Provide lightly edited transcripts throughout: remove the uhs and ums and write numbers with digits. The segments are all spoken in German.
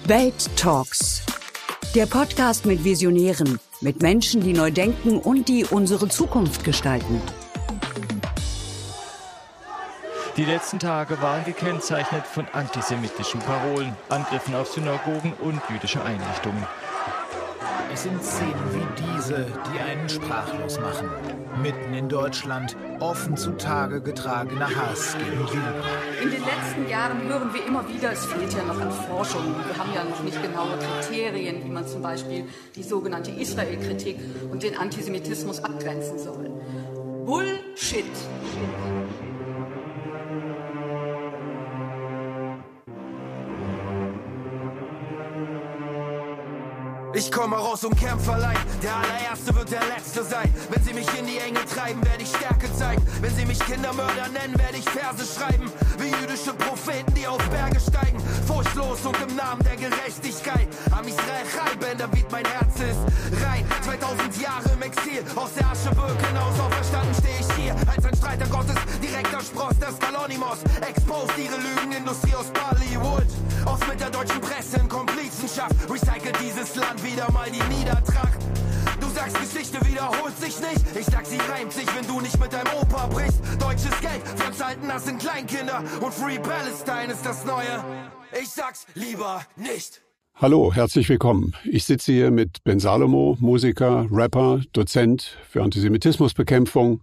Welt Talks. Der Podcast mit Visionären, mit Menschen, die neu denken und die unsere Zukunft gestalten. Die letzten Tage waren gekennzeichnet von antisemitischen Parolen, Angriffen auf Synagogen und jüdische Einrichtungen. Es sind Szenen wie diese, die einen sprachlos machen. Mitten in Deutschland offen zutage getragener Hass gegen Juden. In den letzten Jahren hören wir immer wieder, es fehlt ja noch an Forschung. Wir haben ja noch nicht genaue Kriterien, wie man zum Beispiel die sogenannte Israel-Kritik und den Antisemitismus abgrenzen soll. Bullshit! Ich komme raus und kämpfe allein, der allererste wird der letzte sein. Wenn sie mich in die Enge treiben, werde ich Stärke zeigen. Wenn sie mich Kindermörder nennen, werde ich Verse schreiben. Wie jüdische Propheten, die auf Berge steigen. Furchtlos und im Namen der Gerechtigkeit. Am Israel Chai, David, mein Herz ist rein. 2000 Jahre im Exil, aus der Asche Birken aus. Auferstanden stehe ich hier, als ein Streiter Gottes. Direkter Spross des Kalonimos. Exposed ihre Lügenindustrie aus Bollywood. Aus mit der deutschen Presse in Komplizenschaft. Recycelt dieses Land wieder mal die Niedertracht. Du sagst, Geschichte wiederholt sich nicht. Ich sag, sie reimt sich, wenn du nicht mit deinem Opa brichst. Deutsches Geld, Fernhalten, das sind Kleinkinder. Und Free Palestine ist das Neue. Ich sag's lieber nicht. Hallo, herzlich willkommen. Ich sitze hier mit Ben Salomo, Musiker, Rapper, Dozent für Antisemitismusbekämpfung.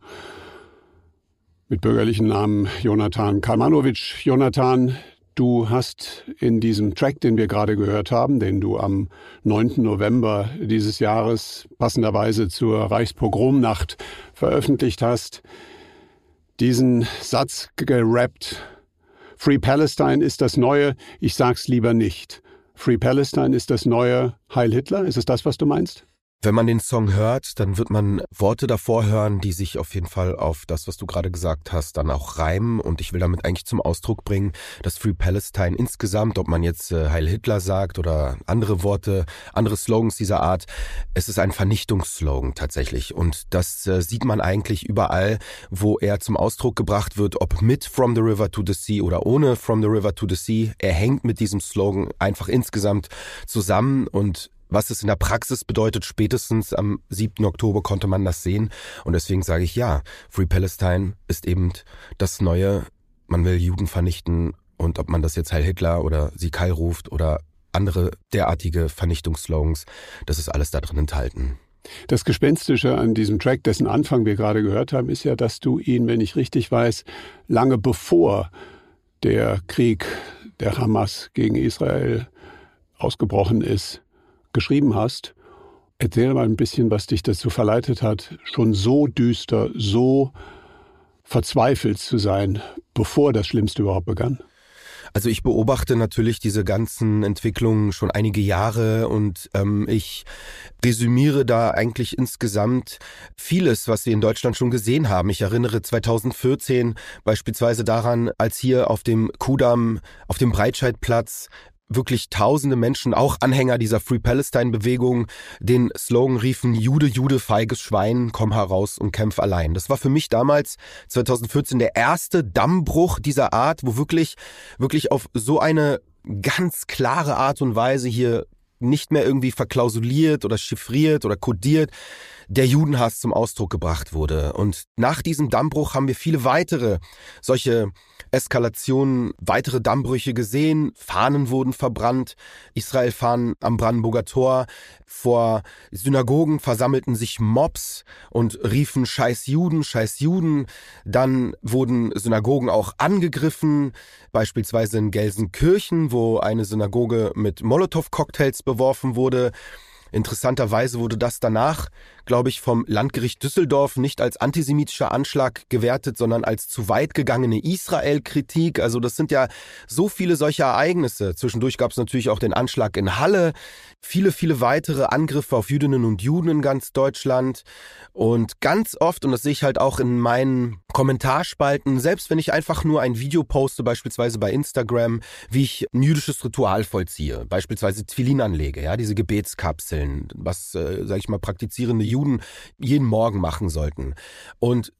Mit bürgerlichen Namen Jonathan Kalmanowitsch. Jonathan, du hast in diesem Track, den wir gerade gehört haben, den du am 9. November dieses Jahres passenderweise zur Reichspogromnacht veröffentlicht hast, diesen Satz gerappt: Free Palestine ist das neue, ich sag's lieber nicht. Free Palestine ist das neue Heil Hitler? Ist es das, was du meinst? Wenn man den Song hört, dann wird man Worte davor hören, die sich auf jeden Fall auf das, was du gerade gesagt hast, dann auch reimen. Und ich will damit eigentlich zum Ausdruck bringen, dass Free Palestine insgesamt, ob man jetzt Heil Hitler sagt oder andere Worte, andere Slogans dieser Art, es ist ein Vernichtungsslogan tatsächlich. Und das sieht man eigentlich überall, wo er zum Ausdruck gebracht wird, ob mit From the River to the Sea oder ohne From the River to the Sea. Er hängt mit diesem Slogan einfach insgesamt zusammen, und was es in der Praxis bedeutet, spätestens am 7. Oktober konnte man das sehen. Und deswegen sage ich ja, Free Palestine ist eben das Neue. Man will Juden vernichten, und ob man das jetzt Heil Hitler oder Sieg Heil ruft oder andere derartige Vernichtungsslogans, das ist alles da drin enthalten. Das Gespenstische an diesem Track, dessen Anfang wir gerade gehört haben, ist ja, dass du ihn, wenn ich richtig weiß, lange bevor der Krieg der Hamas gegen Israel ausgebrochen ist, geschrieben hast. Erzähl mal ein bisschen, was dich dazu verleitet hat, schon so düster, so verzweifelt zu sein, bevor das Schlimmste überhaupt begann. Also ich beobachte natürlich diese ganzen Entwicklungen schon einige Jahre, und ich resümiere da eigentlich insgesamt vieles, was wir in Deutschland schon gesehen haben. Ich erinnere 2014 beispielsweise daran, als hier auf dem Kudamm, auf dem Breitscheidplatz, wirklich tausende Menschen, auch Anhänger dieser Free Palestine-Bewegung, den Slogan riefen: Jude, Jude, feiges Schwein, komm heraus und kämpf allein. Das war für mich damals, 2014, der erste Dammbruch dieser Art, wo wirklich auf so eine ganz klare Art und Weise hier nicht mehr irgendwie verklausuliert oder chiffriert oder kodiert der Judenhass zum Ausdruck gebracht wurde. Und nach diesem Dammbruch haben wir viele weitere solche Eskalationen, weitere Dammbrüche gesehen. Fahnen wurden verbrannt, Israel-Fahnen am Brandenburger Tor. Vor Synagogen versammelten sich Mobs und riefen Scheiß Juden, Scheiß Juden. Dann wurden Synagogen auch angegriffen, beispielsweise in Gelsenkirchen, wo eine Synagoge mit Molotow-Cocktails beworfen wurde. Interessanterweise wurde das danach, glaube ich, vom Landgericht Düsseldorf nicht als antisemitischer Anschlag gewertet, sondern als zu weit gegangene Israel-Kritik. Also das sind ja so viele solche Ereignisse. Zwischendurch gab es natürlich auch den Anschlag in Halle, viele weitere Angriffe auf Jüdinnen und Juden in ganz Deutschland. Und ganz oft, und das sehe ich halt auch in meinen Kommentarspalten, selbst wenn ich einfach nur ein Video poste, beispielsweise bei Instagram, wie ich ein jüdisches Ritual vollziehe, beispielsweise Tfilin anlege, ja, diese Gebetskapseln, was, sage ich mal, praktizierende Juden jeden Morgen machen sollten. Und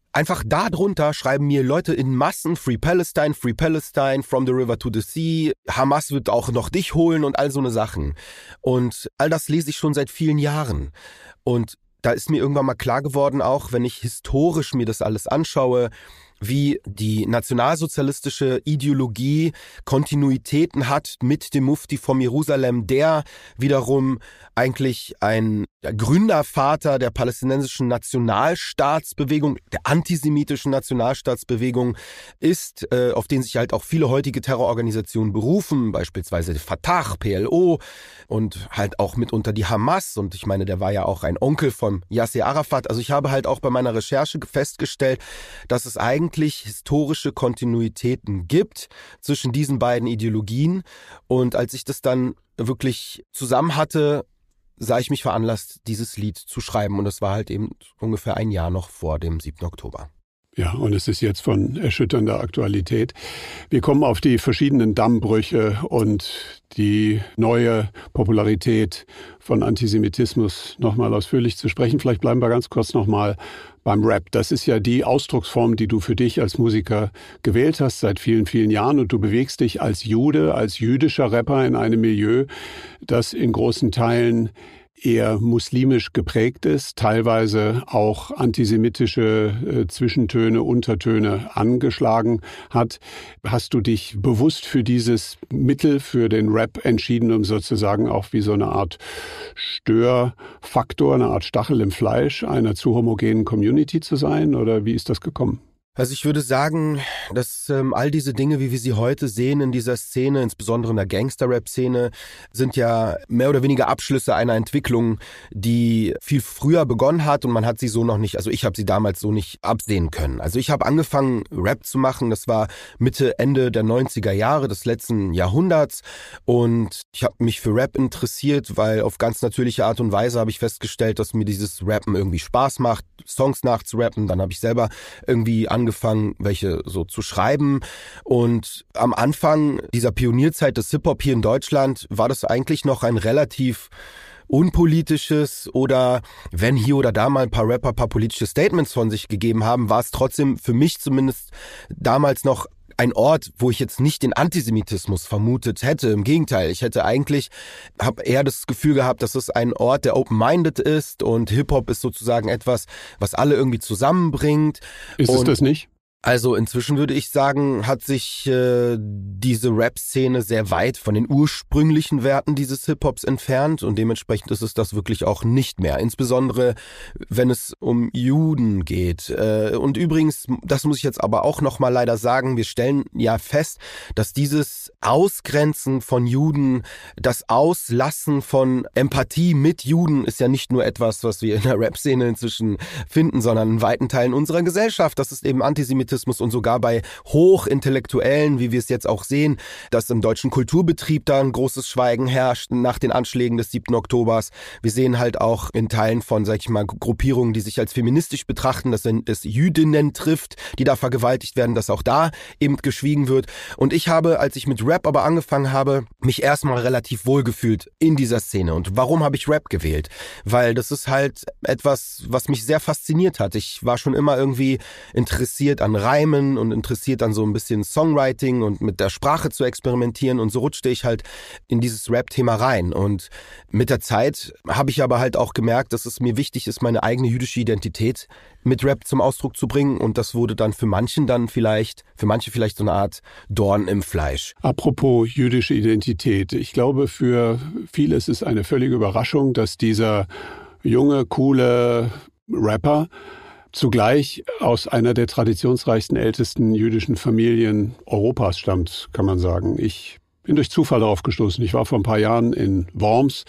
einfach darunter schreiben mir Leute in Massen Free Palestine, from the river to the sea, Hamas wird auch noch dich holen und all so eine Sachen. Und all das lese ich schon seit vielen Jahren. Und da ist mir irgendwann mal klar geworden, auch wenn ich historisch mir das alles anschaue, wie die nationalsozialistische Ideologie Kontinuitäten hat mit dem Mufti von Jerusalem, der wiederum eigentlich ein Gründervater der palästinensischen Nationalstaatsbewegung, der antisemitischen Nationalstaatsbewegung ist, auf den sich halt auch viele heutige Terrororganisationen berufen, beispielsweise Fatah, PLO und halt auch mitunter die Hamas. Und ich meine, der war ja auch ein Onkel von Yasser Arafat. Also ich habe halt auch bei meiner Recherche festgestellt, dass es eigentlich historische Kontinuitäten gibt zwischen diesen beiden Ideologien. Und als ich das dann wirklich zusammen hatte, sah ich mich veranlasst, dieses Lied zu schreiben. Und das war halt eben ungefähr ein Jahr noch vor dem 7. Oktober. Ja, und es ist jetzt von erschütternder Aktualität. Wir kommen auf die verschiedenen Dammbrüche und die neue Popularität von Antisemitismus nochmal ausführlich zu sprechen. Vielleicht bleiben wir ganz kurz nochmal beim Rap. Das ist ja die Ausdrucksform, die du für dich als Musiker gewählt hast seit vielen, vielen Jahren. Und du bewegst dich als Jude, als jüdischer Rapper in einem Milieu, das in großen Teilen eher muslimisch geprägt ist, teilweise auch antisemitische Zwischentöne, Untertöne angeschlagen hat. Hast du dich bewusst für dieses Mittel, für den Rap entschieden, um sozusagen auch wie so eine Art Störfaktor, eine Art Stachel im Fleisch einer zu homogenen Community zu sein? Oder wie ist das gekommen? Also ich würde sagen, dass all diese Dinge, wie wir sie heute sehen in dieser Szene, insbesondere in der Gangster-Rap-Szene, sind ja mehr oder weniger Abschlüsse einer Entwicklung, die viel früher begonnen hat und man hat sie so noch nicht, also ich habe sie damals so nicht absehen können. Also ich habe angefangen, Rap zu machen, das war Mitte, Ende der 90er Jahre des letzten Jahrhunderts und ich habe mich für Rap interessiert, weil auf ganz natürliche Art und Weise habe ich festgestellt, dass mir dieses Rappen irgendwie Spaß macht, Songs nachzurappen. Dann habe ich selber irgendwie angefangen, welche so zu schreiben. Und am Anfang dieser Pionierzeit des Hip-Hop hier in Deutschland war das eigentlich noch ein relativ unpolitisches oder wenn hier oder da mal ein paar Rapper ein paar politische Statements von sich gegeben haben, war es trotzdem für mich zumindest damals noch ein Ort, wo ich jetzt nicht den Antisemitismus vermutet hätte. Im Gegenteil, ich habe eher das Gefühl gehabt, dass es ein Ort, der open-minded ist und Hip-Hop ist sozusagen etwas, was alle irgendwie zusammenbringt. Ist es das nicht? Also inzwischen würde ich sagen, hat sich diese Rap-Szene sehr weit von den ursprünglichen Werten dieses Hip-Hops entfernt und dementsprechend ist es das wirklich auch nicht mehr. Insbesondere, wenn es um Juden geht. Und übrigens, das muss ich jetzt aber auch nochmal leider sagen, wir stellen ja fest, dass dieses Ausgrenzen von Juden, das Auslassen von Empathie mit Juden ist ja nicht nur etwas, was wir in der Rap-Szene inzwischen finden, sondern in weiten Teilen unserer Gesellschaft. Das ist eben Antisemitismus und sogar bei Hochintellektuellen, wie wir es jetzt auch sehen, dass im deutschen Kulturbetrieb da ein großes Schweigen herrscht nach den Anschlägen des 7. Oktobers. Wir sehen halt auch in Teilen von, sag ich mal, Gruppierungen, die sich als feministisch betrachten, dass es Jüdinnen trifft, die da vergewaltigt werden, dass auch da eben geschwiegen wird. Und ich habe, als ich mit Rap aber angefangen habe, mich erstmal relativ wohl gefühlt in dieser Szene. Und warum habe ich Rap gewählt? Weil das ist halt etwas, was mich sehr fasziniert hat. Ich war schon immer irgendwie interessiert an Reimen und interessiert an so ein bisschen Songwriting und mit der Sprache zu experimentieren und so rutschte ich halt in dieses Rap-Thema rein und mit der Zeit habe ich aber halt auch gemerkt, dass es mir wichtig ist, meine eigene jüdische Identität mit Rap zum Ausdruck zu bringen und das wurde dann für manche vielleicht so eine Art Dorn im Fleisch. Apropos jüdische Identität, ich glaube für viele ist es eine völlige Überraschung, dass dieser junge, coole Rapper zugleich aus einer der traditionsreichsten, ältesten jüdischen Familien Europas stammt, kann man sagen. Ich bin durch Zufall darauf gestoßen. Ich war vor ein paar Jahren in Worms,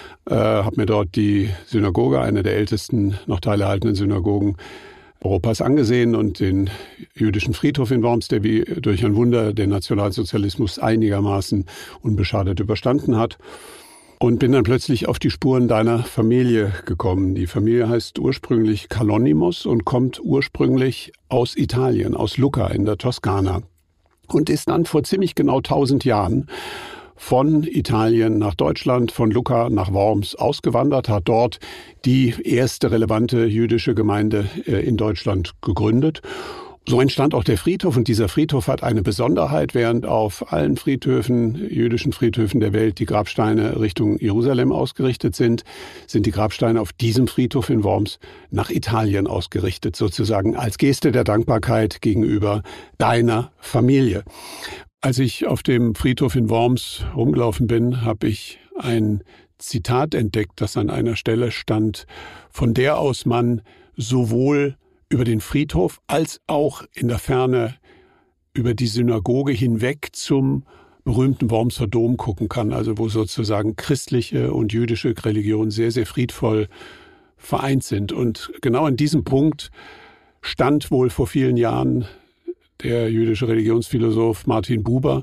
habe mir dort die Synagoge, eine der ältesten noch teilerhaltenen Synagogen Europas angesehen und den jüdischen Friedhof in Worms, der wie durch ein Wunder den Nationalsozialismus einigermaßen unbeschadet überstanden hat. Und bin dann plötzlich auf die Spuren deiner Familie gekommen. Die Familie heißt ursprünglich Kalonymos und kommt ursprünglich aus Italien, aus Lucca in der Toskana. Und ist dann vor ziemlich genau 1000 Jahren von Italien nach Deutschland, von Lucca nach Worms ausgewandert, hat dort die erste relevante jüdische Gemeinde in Deutschland gegründet. So entstand auch der Friedhof, und dieser Friedhof hat eine Besonderheit: während auf allen Friedhöfen, jüdischen Friedhöfen der Welt, die Grabsteine Richtung Jerusalem ausgerichtet sind, sind die Grabsteine auf diesem Friedhof in Worms nach Italien ausgerichtet, sozusagen als Geste der Dankbarkeit gegenüber deiner Familie. Als ich auf dem Friedhof in Worms rumgelaufen bin, habe ich ein Zitat entdeckt, das an einer Stelle stand, von der aus man sowohl über den Friedhof als auch in der Ferne über die Synagoge hinweg zum berühmten Wormser Dom gucken kann, also wo sozusagen christliche und jüdische Religion sehr, sehr friedvoll vereint sind. Und genau an diesem Punkt stand wohl vor vielen Jahren der jüdische Religionsphilosoph Martin Buber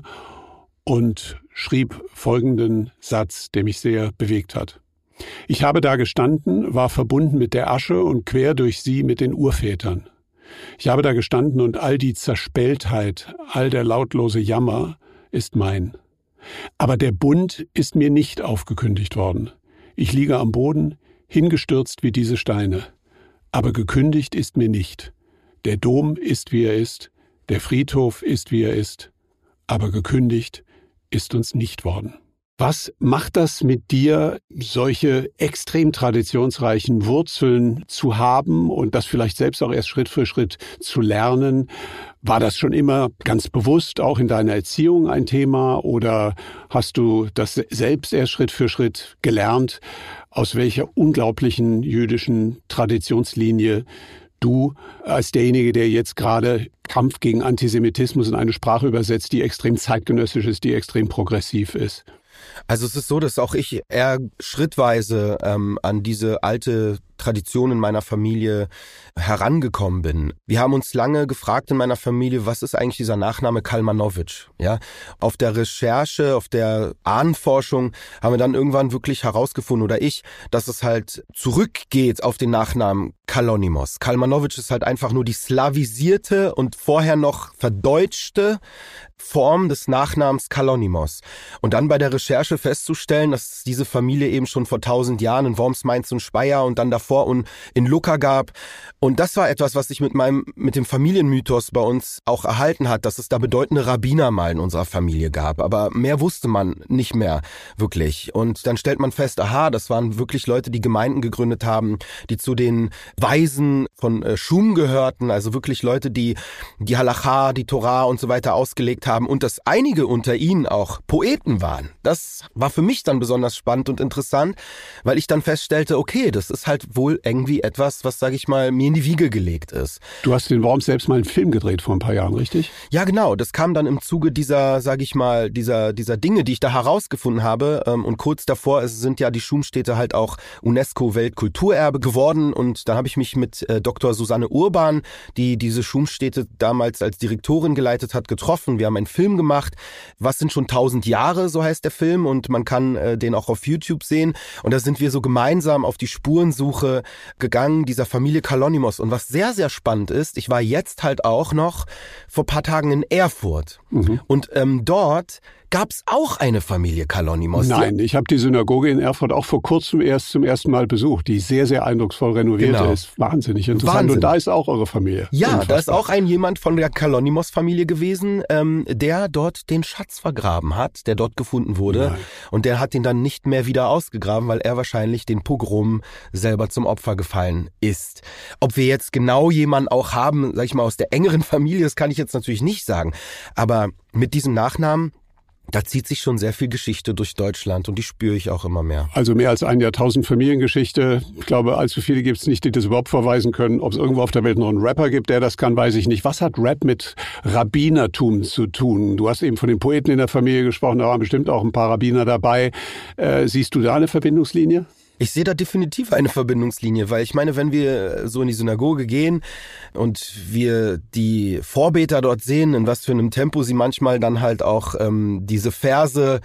und schrieb folgenden Satz, der mich sehr bewegt hat. Ich habe da gestanden, war verbunden mit der Asche und quer durch sie mit den Urvätern. Ich habe da gestanden und all die Zerspelltheit, all der lautlose Jammer ist mein. Aber der Bund ist mir nicht aufgekündigt worden. Ich liege am Boden, hingestürzt wie diese Steine. Aber gekündigt ist mir nicht. Der Dom ist, wie er ist, der Friedhof ist, wie er ist, aber gekündigt ist uns nicht worden. Was macht das mit dir, solche extrem traditionsreichen Wurzeln zu haben und das vielleicht selbst auch erst Schritt für Schritt zu lernen? War das schon immer ganz bewusst auch in deiner Erziehung ein Thema, oder hast du das selbst erst Schritt für Schritt gelernt, aus welcher unglaublichen jüdischen Traditionslinie du als derjenige, der jetzt gerade Kampf gegen Antisemitismus in eine Sprache übersetzt, die extrem zeitgenössisch ist, die extrem progressiv ist? Also es ist so, dass auch ich eher schrittweise an diese alte Tradition in meiner Familie herangekommen bin. Wir haben uns lange gefragt in meiner Familie, was ist eigentlich dieser Nachname Kalmanowitsch? Ja, auf der Recherche, auf der Ahnenforschung haben wir dann irgendwann wirklich herausgefunden, oder ich, dass es halt zurückgeht auf den Nachnamen Kalonimos. Kalmanowitsch ist halt einfach nur die slavisierte und vorher noch verdeutschte Form des Nachnamens Kalonimos. Und dann bei der Recherche festzustellen, dass diese Familie eben schon vor 1000 Jahren in Worms, Mainz und Speyer und dann davor und in Lucca gab. Und das war etwas, was sich mit dem Familienmythos bei uns auch erhalten hat, dass es da bedeutende Rabbiner mal in unserer Familie gab. Aber mehr wusste man nicht mehr wirklich. Und dann stellt man fest, aha, das waren wirklich Leute, die Gemeinden gegründet haben, die zu den Weisen von Schum gehörten, also wirklich Leute, die die Halacha, die Torah und so weiter ausgelegt haben, und dass einige unter ihnen auch Poeten waren. Das war für mich dann besonders spannend und interessant, weil ich dann feststellte, okay, das ist halt wohl irgendwie etwas, was, sage ich mal, mir in die Wiege gelegt ist. Du hast in Worms selbst mal einen Film gedreht vor ein paar Jahren, richtig? Ja, genau. Das kam dann im Zuge dieser, sage ich mal, dieser Dinge, die ich da herausgefunden habe. Und kurz davor sind ja die Schumstädte halt auch UNESCO-Weltkulturerbe geworden. Und da habe ich mich mit Dr. Susanne Urban, die diese Schumstädte damals als Direktorin geleitet hat, getroffen. Wir haben einen Film gemacht. Was sind schon 1000 Jahre, so heißt der Film. Und man kann den auch auf YouTube sehen. Und da sind wir so gemeinsam auf die Spurensuche gegangen, dieser Familie Kalonimos. Und was sehr, sehr spannend ist, ich war jetzt halt auch noch vor ein paar Tagen in Erfurt. Und dort gab es auch eine Familie Kalonimos. Nein, ich habe die Synagoge in Erfurt auch vor kurzem zum ersten Mal besucht, die sehr, sehr eindrucksvoll renoviert ist. Wahnsinnig interessant. Wahnsinn. Und da ist auch eure Familie. Ja, unfassbar. Da ist auch jemand von der Kalonimos-Familie gewesen, der dort den Schatz vergraben hat, der dort gefunden wurde. Nein. Und der hat ihn dann nicht mehr wieder ausgegraben, weil er wahrscheinlich den Pogrom selber zum Opfer gefallen ist. Ob wir jetzt genau jemanden auch haben, sag ich mal, aus der engeren Familie, das kann ich jetzt natürlich nicht sagen. Aber mit diesem Nachnamen, da zieht sich schon sehr viel Geschichte durch Deutschland, und die spüre ich auch immer mehr. Also mehr als ein Jahrtausend Familiengeschichte. Ich glaube, allzu viele gibt es nicht, die das überhaupt verweisen können. Ob es irgendwo auf der Welt noch einen Rapper gibt, der das kann, weiß ich nicht. Was hat Rap mit Rabbinertum zu tun? Du hast eben von den Poeten in der Familie gesprochen, da waren bestimmt auch ein paar Rabbiner dabei. Siehst du da eine Verbindungslinie? Ich sehe da definitiv eine Verbindungslinie, weil ich meine, wenn wir so in die Synagoge gehen und wir die Vorbeter dort sehen, in was für einem Tempo sie manchmal dann halt auch diese Verse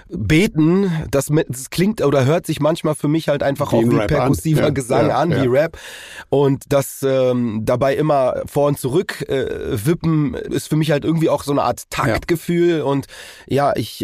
beten, das klingt oder hört sich manchmal für mich halt einfach auch wie perkussiver Gesang an, wie Rap. Und das dabei immer vor und zurück wippen ist für mich halt irgendwie auch so eine Art Taktgefühl. Und ja, ich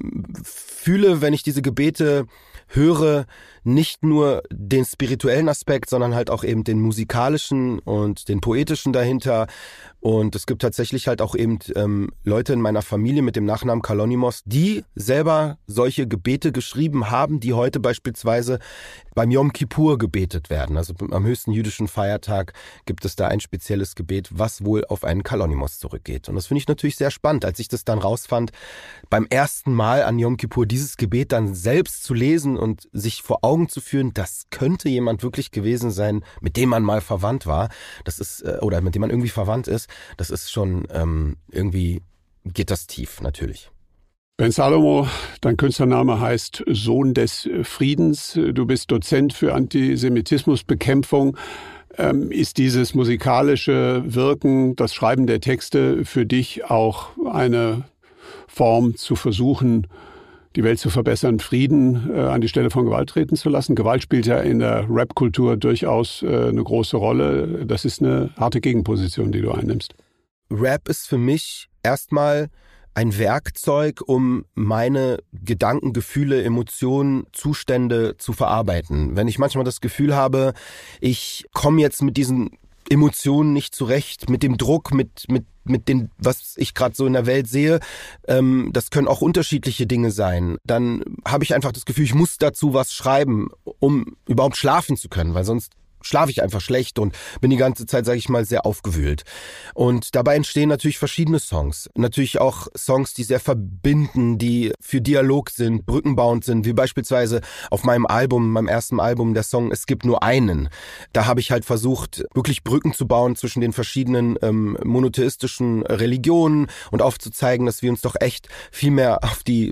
fühle, wenn ich diese Gebete höre, nicht nur den spirituellen Aspekt, sondern halt auch eben den musikalischen und den poetischen dahinter. Und es gibt tatsächlich halt auch eben Leute in meiner Familie mit dem Nachnamen Kalonimos, die selber solche Gebete geschrieben haben, die heute beispielsweise beim Yom Kippur gebetet werden. Also am höchsten jüdischen Feiertag gibt es da ein spezielles Gebet, was wohl auf einen Kalonimos zurückgeht. Und das finde ich natürlich sehr spannend, als ich das dann rausfand, beim ersten Mal an Yom Kippur dieses Gebet dann selbst zu lesen und sich vor Augen zu führen, das könnte jemand wirklich gewesen sein, mit dem man mal verwandt war. Das ist, oder mit dem man irgendwie verwandt ist. Das ist schon, irgendwie geht das tief, natürlich. Ben Salomo, dein Künstlername heißt Sohn des Friedens. Du bist Dozent für Antisemitismusbekämpfung. Ist dieses musikalische Wirken, das Schreiben der Texte für dich auch eine Form zu versuchen, die Welt zu verbessern, Frieden an die Stelle von Gewalt treten zu lassen? Gewalt spielt ja in der Rap-Kultur durchaus eine große Rolle. Das ist eine harte Gegenposition, die du einnimmst. Rap ist für mich erstmal ein Werkzeug, um meine Gedanken, Gefühle, Emotionen, Zustände zu verarbeiten. Wenn ich manchmal das Gefühl habe, ich komme jetzt mit diesen Emotionen nicht zurecht, mit dem Druck, mit dem, was ich gerade so in der Welt sehe, das können auch unterschiedliche Dinge sein. Dann habe ich einfach das Gefühl, ich muss dazu was schreiben, um überhaupt schlafen zu können, weil sonst schlafe ich einfach schlecht und bin die ganze Zeit, sage ich mal, sehr aufgewühlt. Und dabei entstehen natürlich verschiedene Songs. Natürlich auch Songs, die sehr verbinden, die für Dialog sind, brückenbauend sind, wie beispielsweise auf meinem ersten Album, der Song Es gibt nur einen. Da habe ich halt versucht, wirklich Brücken zu bauen zwischen den verschiedenen monotheistischen Religionen und aufzuzeigen, dass wir uns doch echt viel mehr auf die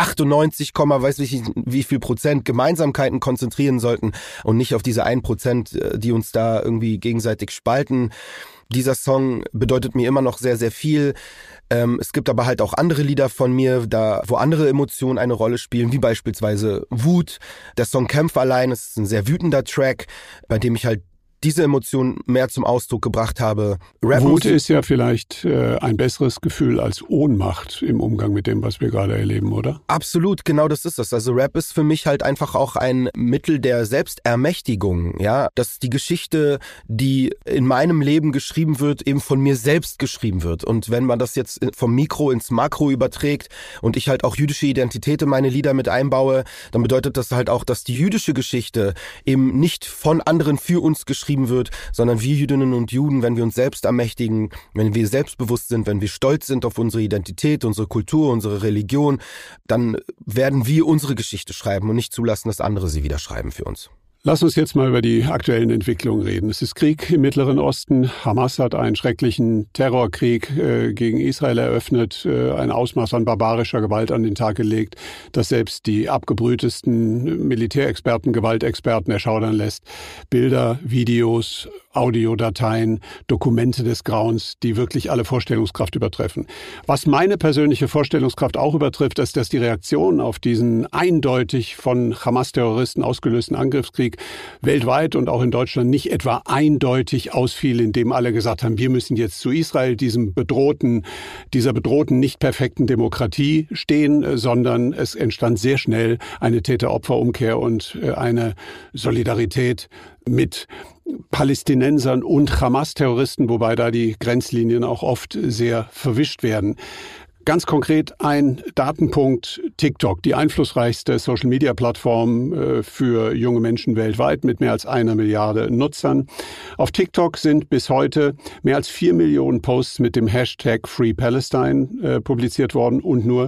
98, weiß ich wie viel Prozent Gemeinsamkeiten konzentrieren sollten und nicht auf diese 1%, die uns da irgendwie gegenseitig spalten. Dieser Song bedeutet mir immer noch sehr, sehr viel. Es gibt aber halt auch andere Lieder von mir, wo andere Emotionen eine Rolle spielen, wie beispielsweise Wut. Der Song Kämpf allein ist ein sehr wütender Track, bei dem ich halt diese Emotion mehr zum Ausdruck gebracht habe. Wut ist ja vielleicht ein besseres Gefühl als Ohnmacht im Umgang mit dem, was wir gerade erleben, oder? Absolut, genau das ist es. Also Rap ist für mich halt einfach auch ein Mittel der Selbstermächtigung. Ja, dass die Geschichte, die in meinem Leben geschrieben wird, eben von mir selbst geschrieben wird. Und wenn man das jetzt vom Mikro ins Makro überträgt und ich halt auch jüdische Identität in meine Lieder mit einbaue, dann bedeutet das halt auch, dass die jüdische Geschichte eben nicht von anderen für uns geschrieben wird, sondern wir Jüdinnen und Juden, wenn wir uns selbst ermächtigen, wenn wir selbstbewusst sind, wenn wir stolz sind auf unsere Identität, unsere Kultur, unsere Religion, dann werden wir unsere Geschichte schreiben und nicht zulassen, dass andere sie wieder schreiben für uns. Lass uns jetzt mal über die aktuellen Entwicklungen reden. Es ist Krieg im Mittleren Osten. Hamas hat einen schrecklichen Terrorkrieg gegen Israel eröffnet, ein Ausmaß an barbarischer Gewalt an den Tag gelegt, das selbst die abgebrühtesten Militärexperten, Gewaltexperten erschaudern lässt. Bilder, Videos, Audiodateien, Dokumente des Grauens, die wirklich alle Vorstellungskraft übertreffen. Was meine persönliche Vorstellungskraft auch übertrifft, ist, dass die Reaktion auf diesen eindeutig von Hamas-Terroristen ausgelösten Angriffskrieg weltweit und auch in Deutschland nicht etwa eindeutig ausfiel, indem alle gesagt haben, wir müssen jetzt zu Israel, dieser bedrohten, nicht perfekten Demokratie stehen, sondern es entstand sehr schnell eine Täter-Opfer-Umkehr und eine Solidarität mit Palästinensern und Hamas-Terroristen, wobei da die Grenzlinien auch oft sehr verwischt werden. Ganz konkret ein Datenpunkt: TikTok, die einflussreichste Social-Media-Plattform für junge Menschen weltweit mit mehr als 1 Milliarde Nutzern. Auf TikTok sind bis heute mehr als 4 Millionen Posts mit dem Hashtag Free Palestine publiziert worden und nur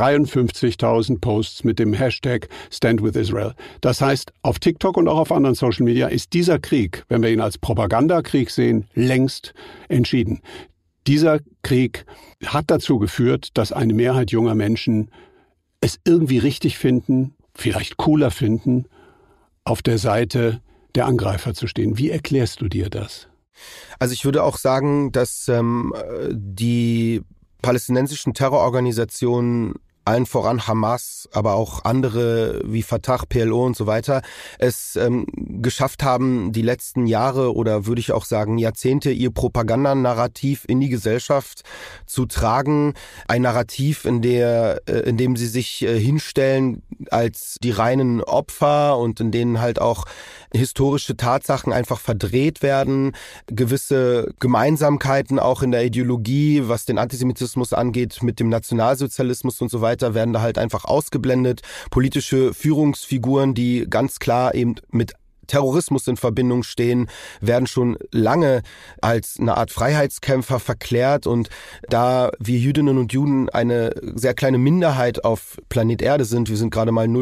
53.000 Posts mit dem Hashtag Stand with Israel. Das heißt, auf TikTok und auch auf anderen Social-Media ist dieser Krieg, wenn wir ihn als Propagandakrieg sehen, längst entschieden. Dieser Krieg hat dazu geführt, dass eine Mehrheit junger Menschen es irgendwie richtig finden, vielleicht cooler finden, auf der Seite der Angreifer zu stehen. Wie erklärst du dir das? Also ich würde auch sagen, dass die palästinensischen Terrororganisationen allen voran Hamas, aber auch andere wie Fatah, PLO und so weiter, es geschafft haben, die letzten Jahre oder würde ich auch sagen Jahrzehnte ihr Propagandanarrativ in die Gesellschaft zu tragen. Ein Narrativ, in dem sie sich hinstellen als die reinen Opfer und in denen halt auch historische Tatsachen einfach verdreht werden, gewisse Gemeinsamkeiten auch in der Ideologie, was den Antisemitismus angeht, mit dem Nationalsozialismus und so weiter, werden da halt einfach ausgeblendet. Politische Führungsfiguren, die ganz klar eben mit Terrorismus in Verbindung stehen, werden schon lange als eine Art Freiheitskämpfer verklärt. Und da wir Jüdinnen und Juden eine sehr kleine Minderheit auf Planet Erde sind, wir sind gerade mal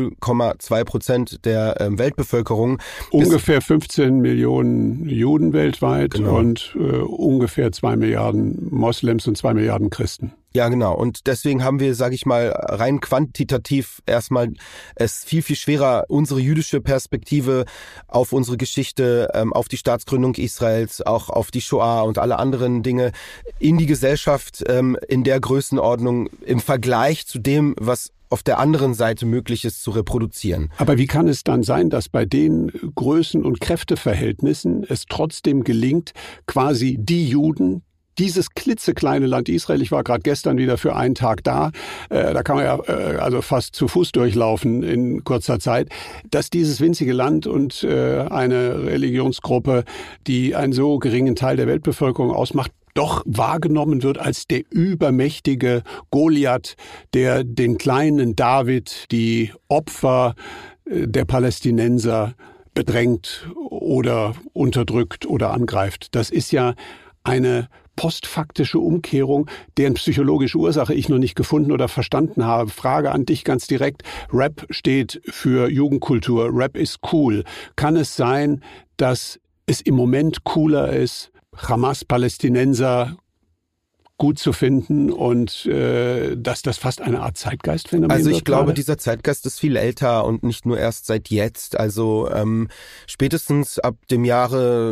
0,2% der Weltbevölkerung. Ungefähr 15 Millionen Juden weltweit, genau. Und ungefähr 2 Milliarden Moslems und 2 Milliarden Christen. Ja, genau. Und deswegen haben wir, sage ich mal, rein quantitativ erstmal es viel, viel schwerer, unsere jüdische Perspektive auf unsere Geschichte, auf die Staatsgründung Israels, auch auf die Shoah und alle anderen Dinge in die Gesellschaft in der Größenordnung im Vergleich zu dem, was auf der anderen Seite möglich ist, zu reproduzieren. Aber wie kann es dann sein, dass bei den Größen- und Kräfteverhältnissen es trotzdem gelingt, quasi die Juden, dieses klitzekleine Land Israel, ich war gerade gestern wieder für einen Tag da kann man ja also fast zu Fuß durchlaufen in kurzer Zeit, dass dieses winzige Land und eine Religionsgruppe, die einen so geringen Teil der Weltbevölkerung ausmacht, doch wahrgenommen wird als der übermächtige Goliath, der den kleinen David, die Opfer der Palästinenser bedrängt oder unterdrückt oder angreift. Das ist ja eine postfaktische Umkehrung, deren psychologische Ursache ich noch nicht gefunden oder verstanden habe. Frage an dich ganz direkt. Rap steht für Jugendkultur. Rap ist cool. Kann es sein, dass es im Moment cooler ist, Hamas-Palästinenser gut zu finden und dass das fast eine Art Zeitgeistphänomen Also ich wird glaube, gerade? dieser Zeitgeist ist viel älter und nicht nur erst seit jetzt. Also spätestens ab dem Jahre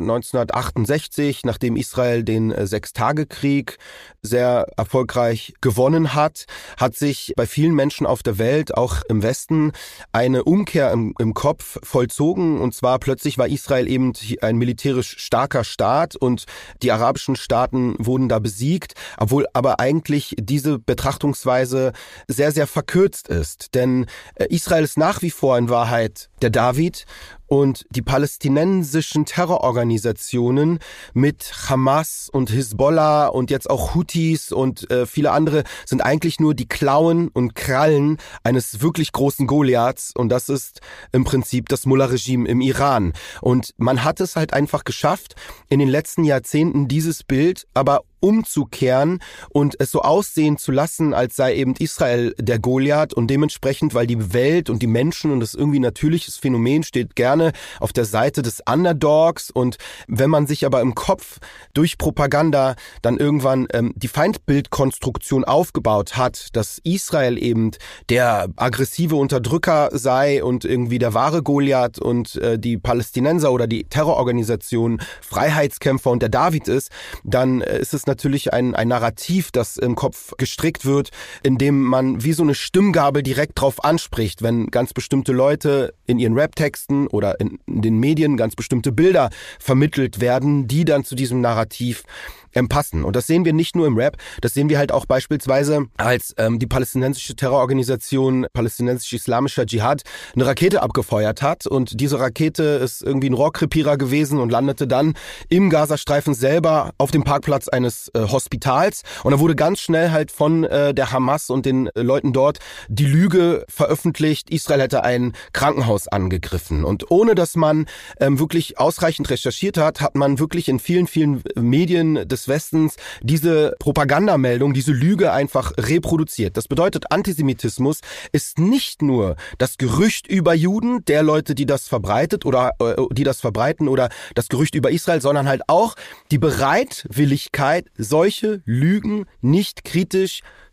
1968, nachdem Israel den Sechstagekrieg sehr erfolgreich gewonnen hat, hat sich bei vielen Menschen auf der Welt, auch im Westen, eine Umkehr im Kopf vollzogen. Und zwar plötzlich war Israel eben ein militärisch starker Staat und die arabischen Staaten wurden da besiegt. Obwohl aber eigentlich diese Betrachtungsweise sehr, sehr verkürzt ist. Denn Israel ist nach wie vor in Wahrheit der David und die palästinensischen Terrororganisationen mit Hamas und Hisbollah und jetzt auch Houthis und viele andere sind eigentlich nur die Klauen und Krallen eines wirklich großen Goliaths und das ist im Prinzip das Mullah-Regime im Iran. Und man hat es halt einfach geschafft, in den letzten Jahrzehnten dieses Bild aber umzukehren und es so aussehen zu lassen, als sei eben Israel der Goliath und dementsprechend, weil die Welt und die Menschen und das irgendwie natürliches Phänomen steht gerne auf der Seite des Underdogs und wenn man sich aber im Kopf durch Propaganda dann irgendwann die Feindbildkonstruktion aufgebaut hat, dass Israel eben der aggressive Unterdrücker sei und irgendwie der wahre Goliath und die Palästinenser oder die Terrororganisation Freiheitskämpfer und der David ist, dann ist es natürlich ein Narrativ, das im Kopf gestrickt wird, in dem man wie so eine Stimmgabel direkt drauf anspricht, wenn ganz bestimmte Leute in ihren Rap-Texten oder in den Medien ganz bestimmte Bilder vermittelt werden, die dann zu diesem Narrativ passen. Und das sehen wir nicht nur im Rap, das sehen wir halt auch beispielsweise, als die palästinensische Terrororganisation palästinensisch-islamischer Dschihad eine Rakete abgefeuert hat und diese Rakete ist irgendwie ein Rohrkrepierer gewesen und landete dann im Gazastreifen selber auf dem Parkplatz eines Hospitals und da wurde ganz schnell halt von der Hamas und den Leuten dort die Lüge veröffentlicht, Israel hätte ein Krankenhaus angegriffen und ohne dass man wirklich ausreichend recherchiert hat, hat man wirklich in vielen, vielen Medien des Westens diese Propagandameldung, diese Lüge einfach reproduziert. Das bedeutet, Antisemitismus ist nicht nur das Gerücht über Juden, der Leute, die das verbreitet oder die das verbreiten oder das Gerücht über Israel, sondern halt auch die Bereitwilligkeit, solche Lügen nicht kritisch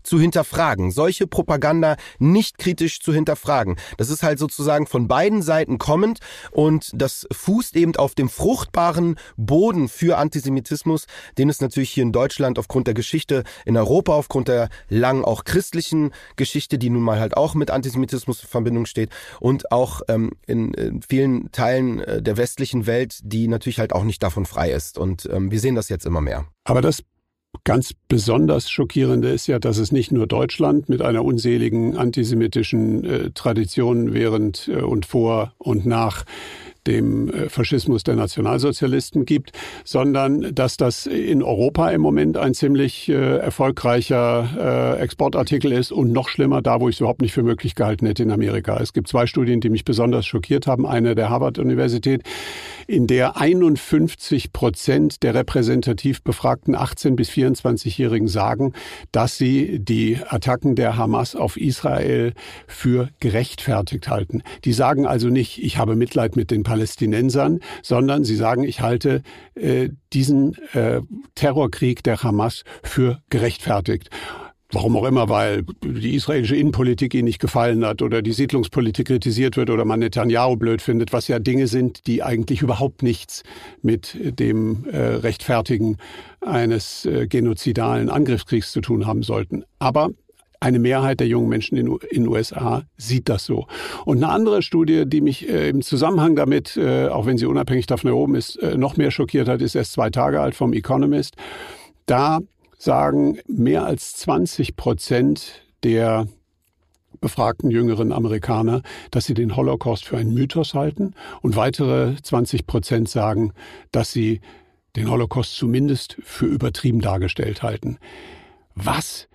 zu hinterfragen, solche Propaganda nicht kritisch zu hinterfragen. Das ist halt sozusagen von beiden Seiten kommend und das fußt eben auf dem fruchtbaren Boden für Antisemitismus, den es natürlich hier in Deutschland aufgrund der Geschichte, in Europa aufgrund der langen auch christlichen Geschichte, die nun mal halt auch mit Antisemitismus in Verbindung steht und auch in vielen Teilen der westlichen Welt, die natürlich halt auch nicht davon frei ist. Und wir sehen das jetzt immer mehr. Aber das ganz besonders Schockierende ist ja, dass es nicht nur Deutschland mit einer unseligen antisemitischen Tradition während und vor und nach dem Faschismus der Nationalsozialisten gibt, sondern dass das in Europa im Moment ein ziemlich erfolgreicher Exportartikel ist und noch schlimmer da, wo ich es überhaupt nicht für möglich gehalten hätte, in Amerika. Es gibt 2 Studien, die mich besonders schockiert haben. Eine der Harvard-Universität, in der 51% der repräsentativ befragten 18- bis 24-Jährigen sagen, dass sie die Attacken der Hamas auf Israel für gerechtfertigt halten. Die sagen also nicht, ich habe Mitleid mit den Palästinensern, sondern sie sagen, ich halte diesen Terrorkrieg der Hamas für gerechtfertigt. Warum auch immer, weil die israelische Innenpolitik ihnen nicht gefallen hat oder die Siedlungspolitik kritisiert wird oder man Netanyahu blöd findet, was ja Dinge sind, die eigentlich überhaupt nichts mit dem Rechtfertigen eines genozidalen Angriffskriegs zu tun haben sollten. Aber eine Mehrheit der jungen Menschen in den USA sieht das so. Und eine andere Studie, die mich im Zusammenhang damit, auch wenn sie unabhängig davon erhoben ist, noch mehr schockiert hat, ist erst 2 Tage alt, vom Economist. Da sagen mehr als 20% der befragten jüngeren Amerikaner, dass sie den Holocaust für einen Mythos halten. Und weitere 20% sagen, dass sie den Holocaust zumindest für übertrieben dargestellt halten. Was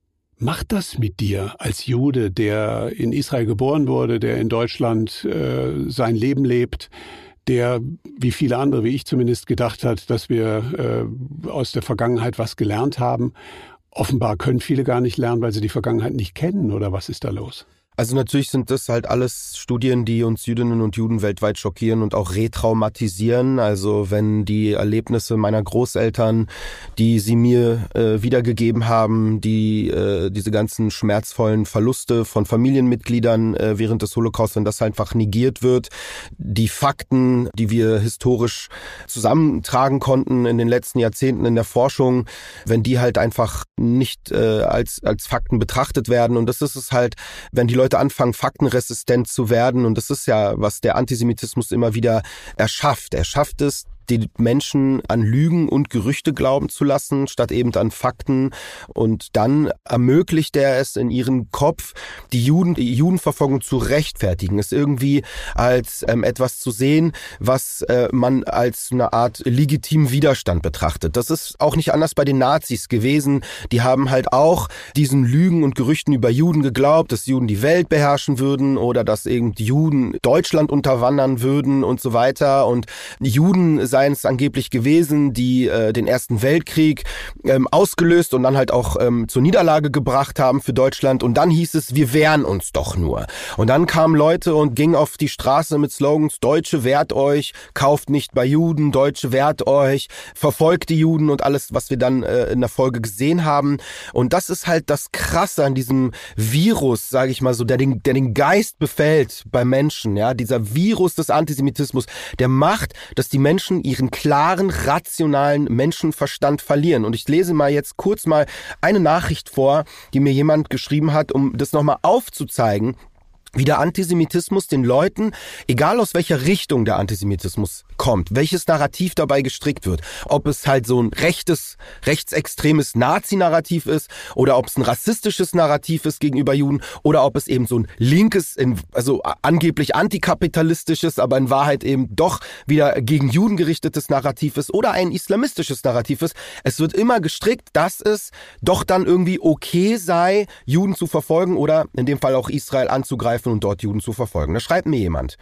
macht das mit dir als Jude, der in Israel geboren wurde, der in Deutschland sein Leben lebt, der, wie viele andere, wie ich zumindest, gedacht hat, dass wir aus der Vergangenheit was gelernt haben? Offenbar können viele gar nicht lernen, weil sie die Vergangenheit nicht kennen, oder was ist da los? Also natürlich sind das halt alles Studien, die uns Jüdinnen und Juden weltweit schockieren und auch retraumatisieren. Also wenn die Erlebnisse meiner Großeltern, die sie mir wiedergegeben haben, diese ganzen schmerzvollen Verluste von Familienmitgliedern während des Holocaust, wenn das einfach negiert wird, die Fakten, die wir historisch zusammentragen konnten in den letzten Jahrzehnten in der Forschung, wenn die halt einfach nicht als Fakten betrachtet werden. Und das ist es halt, wenn die Leute anfangen, faktenresistent zu werden. Und das ist ja, was der Antisemitismus immer wieder erschafft. Er schafft es, die Menschen an Lügen und Gerüchte glauben zu lassen, statt eben an Fakten. Und dann ermöglicht er es in ihrem Kopf, die Judenverfolgung zu rechtfertigen, es irgendwie als etwas zu sehen, was man als eine Art legitimen Widerstand betrachtet. Das ist auch nicht anders bei den Nazis gewesen. Die haben halt auch diesen Lügen und Gerüchten über Juden geglaubt, dass Juden die Welt beherrschen würden oder dass eben die Juden Deutschland unterwandern würden und so weiter. Und Juden seien es angeblich gewesen, die den Ersten Weltkrieg ausgelöst und dann halt auch zur Niederlage gebracht haben für Deutschland. Und dann hieß es, wir wehren uns doch nur. Und dann kamen Leute und gingen auf die Straße mit Slogans, Deutsche wehrt euch, kauft nicht bei Juden, Deutsche wehrt euch, verfolgt die Juden und alles, was wir dann in der Folge gesehen haben. Und das ist halt das Krasse an diesem Virus, sage ich mal so, der den Geist befällt bei Menschen. Ja, dieser Virus des Antisemitismus, der macht, dass die Menschen ihren klaren, rationalen Menschenverstand verlieren. Und ich lese mal jetzt kurz mal eine Nachricht vor, die mir jemand geschrieben hat, um das nochmal aufzuzeigen, wie der Antisemitismus den Leuten, egal aus welcher Richtung der Antisemitismus kommt, welches Narrativ dabei gestrickt wird, ob es halt so ein rechtsextremes Nazi-Narrativ ist oder ob es ein rassistisches Narrativ ist gegenüber Juden oder ob es eben so ein linkes, also angeblich antikapitalistisches, aber in Wahrheit eben doch wieder gegen Juden gerichtetes Narrativ ist oder ein islamistisches Narrativ ist. Es wird immer gestrickt, dass es doch dann irgendwie okay sei, Juden zu verfolgen oder in dem Fall auch Israel anzugreifen und dort Juden zu verfolgen. Da schreibt mir jemand,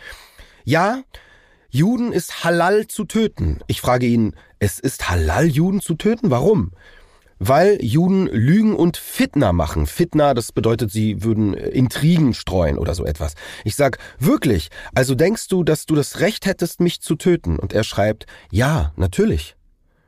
ja, Juden ist halal zu töten. Ich frage ihn, es ist halal, Juden zu töten? Warum? Weil Juden Lügen und Fitna machen. Fitna, das bedeutet, sie würden Intrigen streuen oder so etwas. Ich sag, wirklich? Also denkst du, dass du das Recht hättest, mich zu töten? Und er schreibt, ja, natürlich.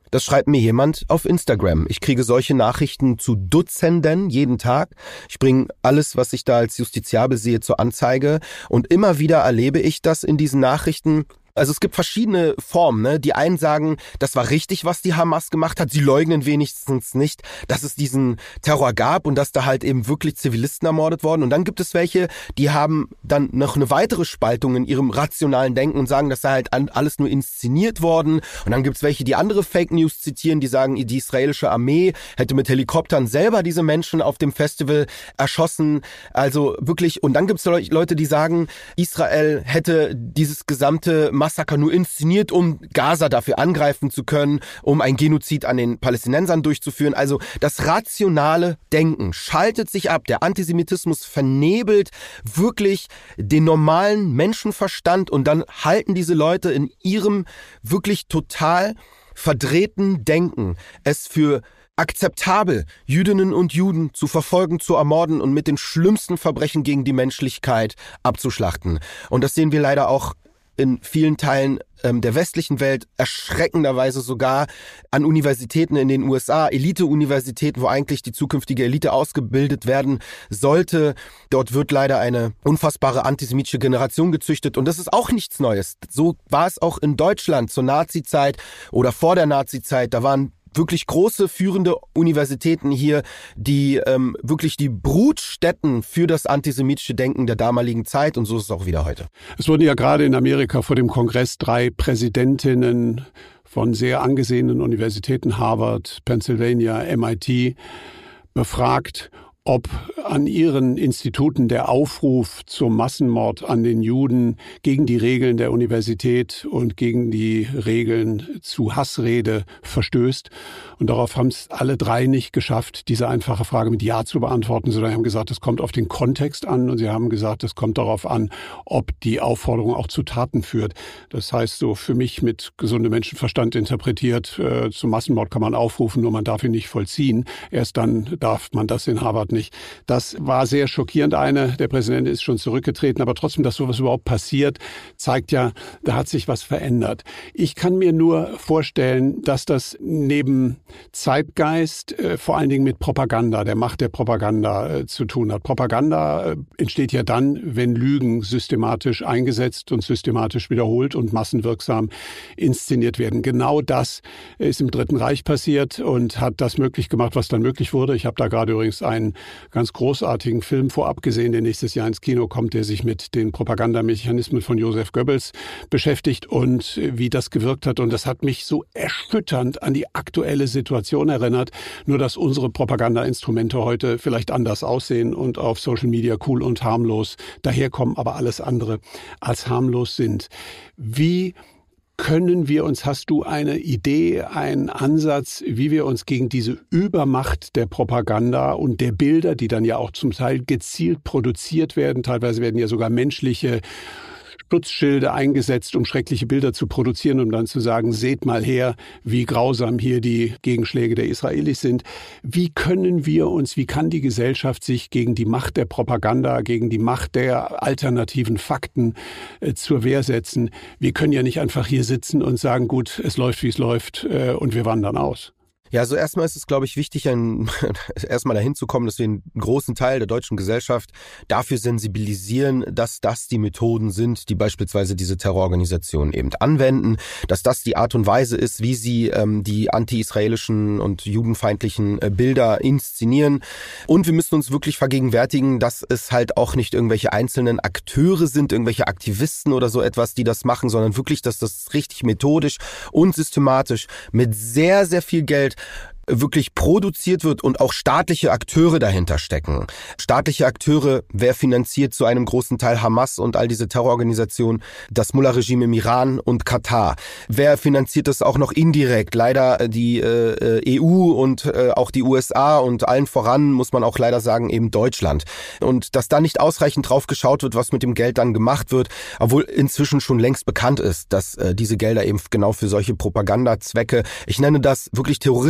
Das schreibt mir jemand auf Instagram. Ich kriege solche Nachrichten zu Dutzenden jeden Tag. Ich bringe alles, was ich da als justiziabel sehe, zur Anzeige. Und immer wieder erlebe ich das in diesen Nachrichten. Also es gibt verschiedene Formen, ne? Die einen sagen, das war richtig, was die Hamas gemacht hat. Sie leugnen wenigstens nicht, dass es diesen Terror gab und dass da halt eben wirklich Zivilisten ermordet wurden. Und dann gibt es welche, die haben dann noch eine weitere Spaltung in ihrem rationalen Denken und sagen, das sei halt alles nur inszeniert worden. Und dann gibt es welche, die andere Fake News zitieren, die sagen, die israelische Armee hätte mit Helikoptern selber diese Menschen auf dem Festival erschossen. Also wirklich, und dann gibt es Leute, die sagen, Israel hätte dieses gesamte Massaker nur inszeniert, um Gaza dafür angreifen zu können, um ein Genozid an den Palästinensern durchzuführen. Also das rationale Denken schaltet sich ab. Der Antisemitismus vernebelt wirklich den normalen Menschenverstand und dann halten diese Leute in ihrem wirklich total verdrehten Denken es für akzeptabel, Jüdinnen und Juden zu verfolgen, zu ermorden und mit den schlimmsten Verbrechen gegen die Menschlichkeit abzuschlachten. Und das sehen wir leider auch in vielen Teilen der westlichen Welt, erschreckenderweise sogar an Universitäten in den USA, Elite-Universitäten, wo eigentlich die zukünftige Elite ausgebildet werden sollte. Dort wird leider eine unfassbare antisemitische Generation gezüchtet und das ist auch nichts Neues. So war es auch in Deutschland zur Nazizeit oder vor der Nazizeit. Da waren wirklich große, führende Universitäten hier, die wirklich die Brutstätten für das antisemitische Denken der damaligen Zeit, und so ist es auch wieder heute. Es wurden ja gerade in Amerika vor dem Kongress 3 Präsidentinnen von sehr angesehenen Universitäten, Harvard, Pennsylvania, MIT, befragt, ob an ihren Instituten der Aufruf zum Massenmord an den Juden gegen die Regeln der Universität und gegen die Regeln zu Hassrede verstößt. Und darauf haben es alle 3 nicht geschafft, diese einfache Frage mit Ja zu beantworten, sondern haben gesagt, es kommt auf den Kontext an und sie haben gesagt, es kommt darauf an, ob die Aufforderung auch zu Taten führt. Das heißt, so für mich mit gesundem Menschenverstand interpretiert, zum Massenmord kann man aufrufen, nur man darf ihn nicht vollziehen. Erst dann darf man das in Harvard nicht. Das war sehr schockierend. Der Präsident ist schon zurückgetreten, aber trotzdem, dass sowas überhaupt passiert, zeigt ja, da hat sich was verändert. Ich kann mir nur vorstellen, dass das neben Zeitgeist vor allen Dingen mit Propaganda, der Macht der Propaganda zu tun hat. Propaganda entsteht ja dann, wenn Lügen systematisch eingesetzt und systematisch wiederholt und massenwirksam inszeniert werden. Genau das ist im Dritten Reich passiert und hat das möglich gemacht, was dann möglich wurde. Ich habe da gerade übrigens einen ganz großartigen Film vorab gesehen, der nächstes Jahr ins Kino kommt, der sich mit den Propagandamechanismen von Joseph Goebbels beschäftigt und wie das gewirkt hat. Und das hat mich so erschütternd an die aktuelle Situation erinnert. Nur, dass unsere Propagandainstrumente heute vielleicht anders aussehen und auf Social Media cool und harmlos daherkommen, aber alles andere als harmlos sind. Wie können wir uns, hast du eine Idee, einen Ansatz, wie wir uns gegen diese Übermacht der Propaganda und der Bilder, die dann ja auch zum Teil gezielt produziert werden, teilweise werden ja sogar menschliche Schutzschilde eingesetzt, um schreckliche Bilder zu produzieren, um dann zu sagen, seht mal her, wie grausam hier die Gegenschläge der Israelis sind. Wie können wir uns, wie kann die Gesellschaft sich gegen die Macht der Propaganda, gegen die Macht der alternativen Fakten zur Wehr setzen? Wir können ja nicht einfach hier sitzen und sagen, gut, es läuft, wie es läuft und wir wandern aus. Ja, also erstmal ist es, glaube ich, wichtig, erstmal dahin zu kommen, dass wir einen großen Teil der deutschen Gesellschaft dafür sensibilisieren, dass das die Methoden sind, die beispielsweise diese Terrororganisationen eben anwenden, dass das die Art und Weise ist, wie sie die anti-israelischen und judenfeindlichen Bilder inszenieren. Und wir müssen uns wirklich vergegenwärtigen, dass es halt auch nicht irgendwelche einzelnen Akteure sind, irgendwelche Aktivisten oder so etwas, die das machen, sondern wirklich, dass das richtig methodisch und systematisch mit sehr, sehr viel Geld wirklich produziert wird und auch staatliche Akteure dahinter stecken. Staatliche Akteure, wer finanziert zu einem großen Teil Hamas und all diese Terrororganisationen? Das Mullah-Regime im Iran und Katar. Wer finanziert das auch noch indirekt? Leider die EU und auch die USA und allen voran, muss man auch leider sagen, eben Deutschland. Und dass da nicht ausreichend drauf geschaut wird, was mit dem Geld dann gemacht wird, obwohl inzwischen schon längst bekannt ist, dass diese Gelder eben genau für solche Propagandazwecke, ich nenne das wirklich terroristisch-industrielle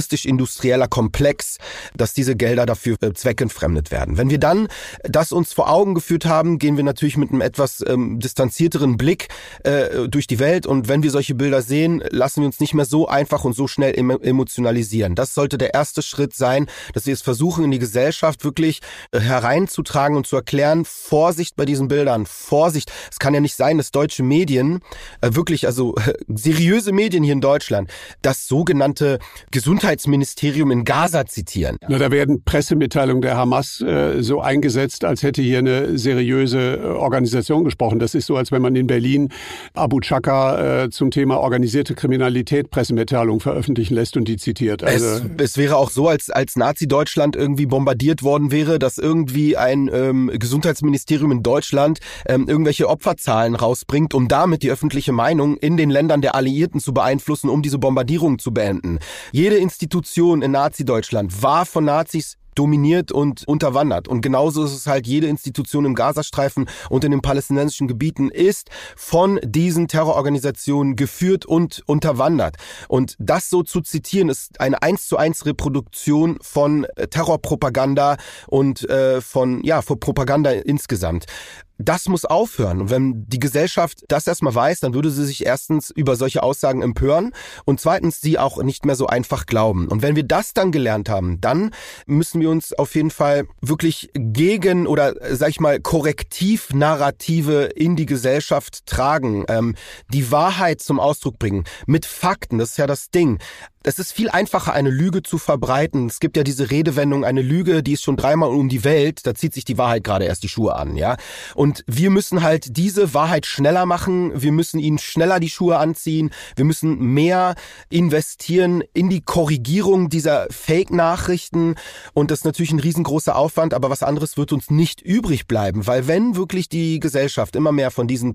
industrieller Komplex, dass diese Gelder dafür zweckentfremdet werden. Wenn wir dann das uns vor Augen geführt haben, gehen wir natürlich mit einem etwas distanzierteren Blick durch die Welt, und wenn wir solche Bilder sehen, lassen wir uns nicht mehr so einfach und so schnell emotionalisieren. Das sollte der erste Schritt sein, dass wir es versuchen, in die Gesellschaft wirklich hereinzutragen und zu erklären: Vorsicht bei diesen Bildern, Vorsicht. Es kann ja nicht sein, dass deutsche Medien, wirklich, also seriöse Medien hier in Deutschland, das sogenannte Gesundheitsministerium in Gaza zitieren. Na, da werden Pressemitteilungen der Hamas so eingesetzt, als hätte hier eine seriöse Organisation gesprochen. Das ist so, als wenn man in Berlin Abu Chaka zum Thema organisierte Kriminalität Pressemitteilungen veröffentlichen lässt und die zitiert. Also es wäre auch so, als Nazi-Deutschland irgendwie bombardiert worden wäre, dass irgendwie ein Gesundheitsministerium in Deutschland irgendwelche Opferzahlen rausbringt, um damit die öffentliche Meinung in den Ländern der Alliierten zu beeinflussen, um diese Bombardierung zu beenden. Jede Institution in Nazi-Deutschland war von Nazis dominiert und unterwandert. Und genauso ist es halt, jede Institution im Gazastreifen und in den palästinensischen Gebieten ist von diesen Terrororganisationen geführt und unterwandert. Und das so zu zitieren, ist eine 1:1 Reproduktion von Terrorpropaganda und von Propaganda insgesamt. Das muss aufhören. Und wenn die Gesellschaft das erstmal weiß, dann würde sie sich erstens über solche Aussagen empören und zweitens sie auch nicht mehr so einfach glauben. Und wenn wir das dann gelernt haben, dann müssen wir uns auf jeden Fall wirklich gegen oder, sag ich mal, Korrektivnarrative in die Gesellschaft tragen, die Wahrheit zum Ausdruck bringen, mit Fakten. Das ist ja das Ding. Es ist viel einfacher, eine Lüge zu verbreiten. Es gibt ja diese Redewendung, eine Lüge, die ist schon 3-mal um die Welt, da zieht sich die Wahrheit gerade erst die Schuhe an, ja. Und wir müssen halt diese Wahrheit schneller machen, wir müssen ihnen schneller die Schuhe anziehen, wir müssen mehr investieren in die Korrigierung dieser Fake-Nachrichten, und das ist natürlich ein riesengroßer Aufwand, aber was anderes wird uns nicht übrig bleiben, weil wenn wirklich die Gesellschaft immer mehr von diesen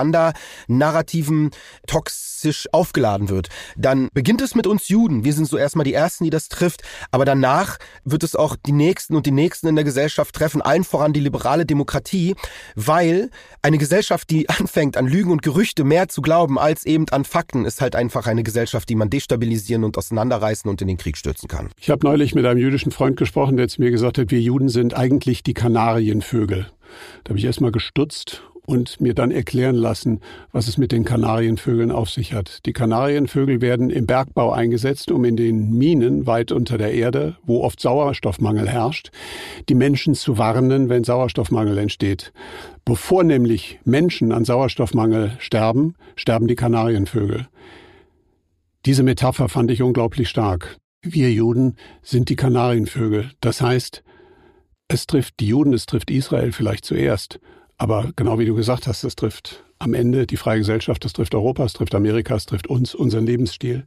Propaganda-Narrativen toxisch aufgeladen wird, dann beginnt es mit uns Juden. Wir sind so erstmal die Ersten, die das trifft, aber danach wird es auch die Nächsten und die Nächsten in der Gesellschaft treffen, allen voran die liberale Demokratie, weil eine Gesellschaft, die anfängt, an Lügen und Gerüchte mehr zu glauben als eben an Fakten, ist halt einfach eine Gesellschaft, die man destabilisieren und auseinanderreißen und in den Krieg stürzen kann. Ich habe neulich mit einem jüdischen Freund gesprochen, der zu mir gesagt hat, wir Juden sind eigentlich die Kanarienvögel. Da habe ich erstmal gestutzt und mir dann erklären lassen, was es mit den Kanarienvögeln auf sich hat. Die Kanarienvögel werden im Bergbau eingesetzt, um in den Minen weit unter der Erde, wo oft Sauerstoffmangel herrscht, die Menschen zu warnen, wenn Sauerstoffmangel entsteht. Bevor nämlich Menschen an Sauerstoffmangel sterben, sterben die Kanarienvögel. Diese Metapher fand ich unglaublich stark. Wir Juden sind die Kanarienvögel. Das heißt, es trifft die Juden, es trifft Israel vielleicht zuerst. Aber genau wie du gesagt hast, es trifft am Ende die freie Gesellschaft, es trifft Europa, es trifft Amerika, es trifft uns, unseren Lebensstil.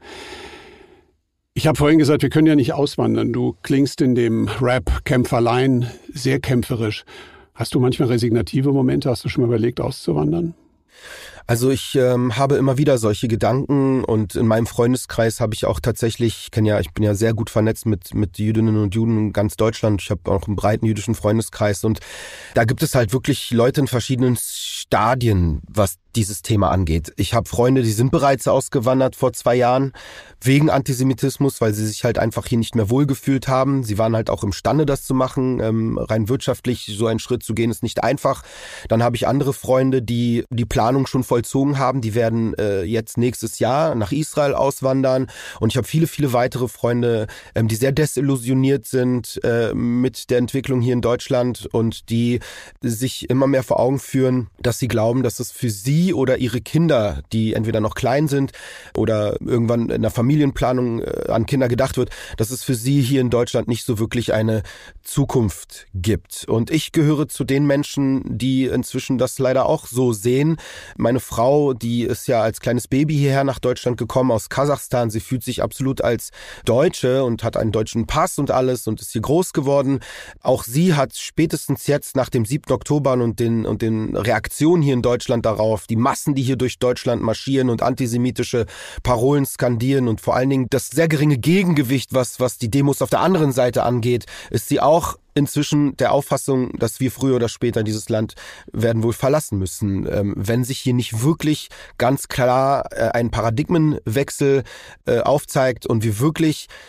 Ich habe vorhin gesagt, wir können ja nicht auswandern. Du klingst in dem Rap Kämpferlein sehr kämpferisch. Hast du manchmal resignative Momente? Hast du schon mal überlegt, auszuwandern? Also ich habe immer wieder solche Gedanken, und in meinem Freundeskreis habe ich auch tatsächlich, ich bin ja sehr gut vernetzt mit Jüdinnen und Juden in ganz Deutschland. Ich habe auch einen breiten jüdischen Freundeskreis, und da gibt es halt wirklich Leute in verschiedenen Stadien, was dieses Thema angeht. Ich habe Freunde, die sind bereits ausgewandert vor 2 Jahren wegen Antisemitismus, weil sie sich halt einfach hier nicht mehr wohlgefühlt haben. Sie waren halt auch imstande, das zu machen. Rein wirtschaftlich so einen Schritt zu gehen, ist nicht einfach. Dann habe ich andere Freunde, die die Planung schon vollzogen haben. Die werden jetzt nächstes Jahr nach Israel auswandern. Und ich habe viele, viele weitere Freunde, die sehr desillusioniert sind mit der Entwicklung hier in Deutschland und die sich immer mehr vor Augen führen, dass sie glauben, dass es für sie oder ihre Kinder, die entweder noch klein sind oder irgendwann in der Familienplanung an Kinder gedacht wird, dass es für sie hier in Deutschland nicht so wirklich eine Zukunft gibt. Und ich gehöre zu den Menschen, die inzwischen das leider auch so sehen. Meine Frau, die ist ja als kleines Baby hierher nach Deutschland gekommen aus Kasachstan. Sie fühlt sich absolut als Deutsche und hat einen deutschen Pass und alles und ist hier groß geworden. Auch sie hat spätestens jetzt nach dem 7. Oktober und den Reaktionen hier in Deutschland darauf, die Massen, die hier durch Deutschland marschieren und antisemitische Parolen skandieren und vor allen Dingen das sehr geringe Gegengewicht, was die Demos auf der anderen Seite angeht, ist sie auch inzwischen der Auffassung, dass wir früher oder später dieses Land werden wohl verlassen müssen, wenn sich hier nicht wirklich ganz klar ein Paradigmenwechsel aufzeigt und wir wirklich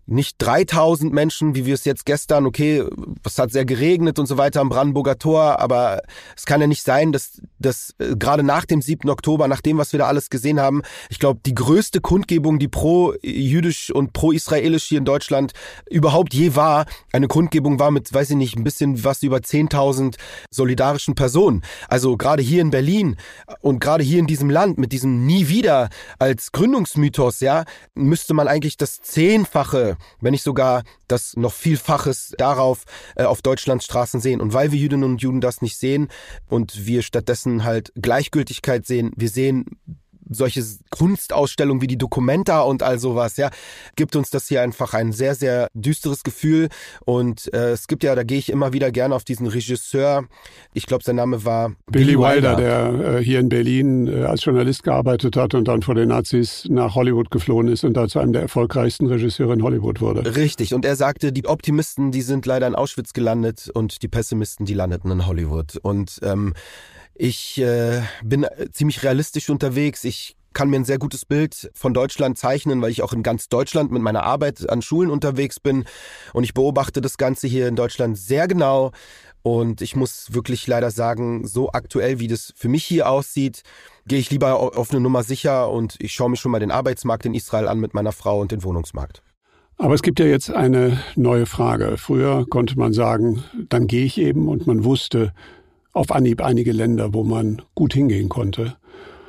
nicht 3000 Menschen, wie wir es jetzt gestern, okay, es hat sehr geregnet und so weiter am Brandenburger Tor, aber es kann ja nicht sein, dass gerade nach dem 7. Oktober, nach dem, was wir da alles gesehen haben, ich glaube, die größte Kundgebung, die pro-jüdisch und pro-israelisch hier in Deutschland überhaupt je war, eine Kundgebung war mit, weiß ich nicht, ein bisschen was über 10.000 solidarischen Personen. Also gerade hier in Berlin und gerade hier in diesem Land mit diesem Nie wieder als Gründungsmythos, ja, müsste man eigentlich das 10-fache, wenn nicht sogar das noch Vielfaches darauf auf Deutschlands Straßen sehen. Und weil wir Jüdinnen und Juden das nicht sehen und wir stattdessen halt Gleichgültigkeit sehen, wir sehen solche Kunstausstellungen wie die Documenta und all sowas, ja, gibt uns das hier einfach ein sehr, sehr düsteres Gefühl. Und es gibt ja, da gehe ich immer wieder gerne auf diesen Regisseur, ich glaube, sein Name war Billy Wilder, der hier in Berlin als Journalist gearbeitet hat und dann vor den Nazis nach Hollywood geflohen ist und da zu einem der erfolgreichsten Regisseure in Hollywood wurde. Richtig, und er sagte, die Optimisten, die sind leider in Auschwitz gelandet und die Pessimisten, die landeten in Hollywood. Und ich bin ziemlich realistisch unterwegs. Ich kann mir ein sehr gutes Bild von Deutschland zeichnen, weil ich auch in ganz Deutschland mit meiner Arbeit an Schulen unterwegs bin. Und ich beobachte das Ganze hier in Deutschland sehr genau. Und ich muss wirklich leider sagen, so aktuell, wie das für mich hier aussieht, gehe ich lieber auf eine Nummer sicher und ich schaue mir schon mal den Arbeitsmarkt in Israel an mit meiner Frau und den Wohnungsmarkt. Aber es gibt ja jetzt eine neue Frage. Früher konnte man sagen, dann gehe ich eben, und man wusste auf Anhieb einige Länder, wo man gut hingehen konnte.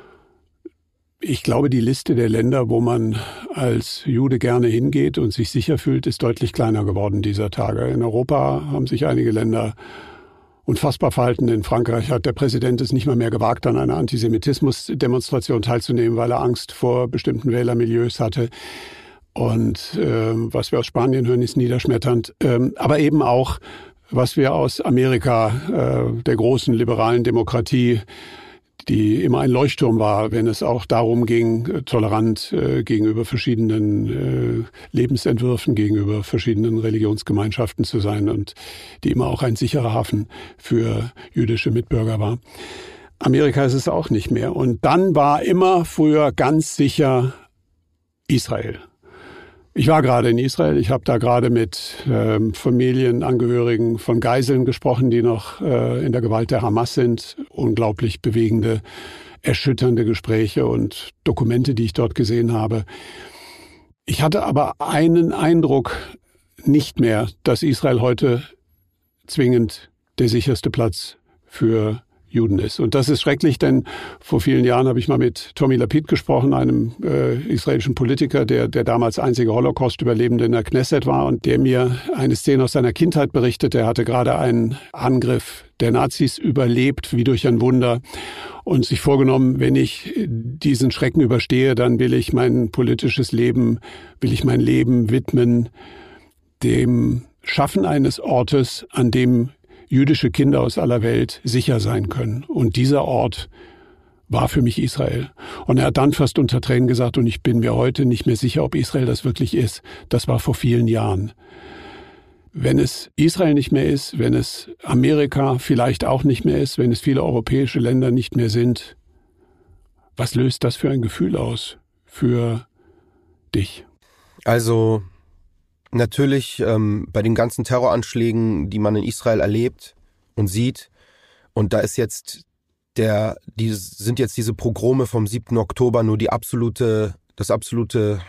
Ich glaube, die Liste der Länder, wo man als Jude gerne hingeht und sich sicher fühlt, ist deutlich kleiner geworden dieser Tage. In Europa haben sich einige Länder unfassbar verhalten. In Frankreich hat der Präsident es nicht mal mehr gewagt, an einer Antisemitismus-Demonstration teilzunehmen, weil er Angst vor bestimmten Wählermilieus hatte. Und was wir aus Spanien hören, ist niederschmetternd. Aber eben auch, was wir aus Amerika, der großen liberalen Demokratie, die immer ein Leuchtturm war, wenn es auch darum ging, tolerant gegenüber verschiedenen Lebensentwürfen, gegenüber verschiedenen Religionsgemeinschaften zu sein und die immer auch ein sicherer Hafen für jüdische Mitbürger war. Amerika ist es auch nicht mehr. Und dann war immer früher ganz sicher Israel. Ich war gerade in Israel. Ich habe da gerade mit Familienangehörigen von Geiseln gesprochen, die noch in der Gewalt der Hamas sind. Unglaublich bewegende, erschütternde Gespräche und Dokumente, die ich dort gesehen habe. Ich hatte aber einen Eindruck nicht mehr, dass Israel heute zwingend der sicherste Platz für Juden ist. Und das ist schrecklich, denn vor vielen Jahren habe ich mal mit Tommy Lapid gesprochen, einem israelischen Politiker, der damals einzige Holocaust-Überlebende in der Knesset war und der mir eine Szene aus seiner Kindheit berichtet. Er hatte gerade einen Angriff der Nazis überlebt, wie durch ein Wunder, und sich vorgenommen, wenn ich diesen Schrecken überstehe, dann will ich mein politisches Leben, will ich mein Leben widmen dem Schaffen eines Ortes, an dem jüdische Kinder aus aller Welt sicher sein können. Und dieser Ort war für mich Israel. Und er hat dann fast unter Tränen gesagt, und ich bin mir heute nicht mehr sicher, ob Israel das wirklich ist. Das war vor vielen Jahren. Wenn es Israel nicht mehr ist, wenn es Amerika vielleicht auch nicht mehr ist, wenn es viele europäische Länder nicht mehr sind, was löst das für ein Gefühl aus für dich? Also natürlich bei den ganzen Terroranschlägen, die man in Israel erlebt und sieht, und da ist jetzt sind jetzt diese Pogrome vom 7. Oktober nur das absolute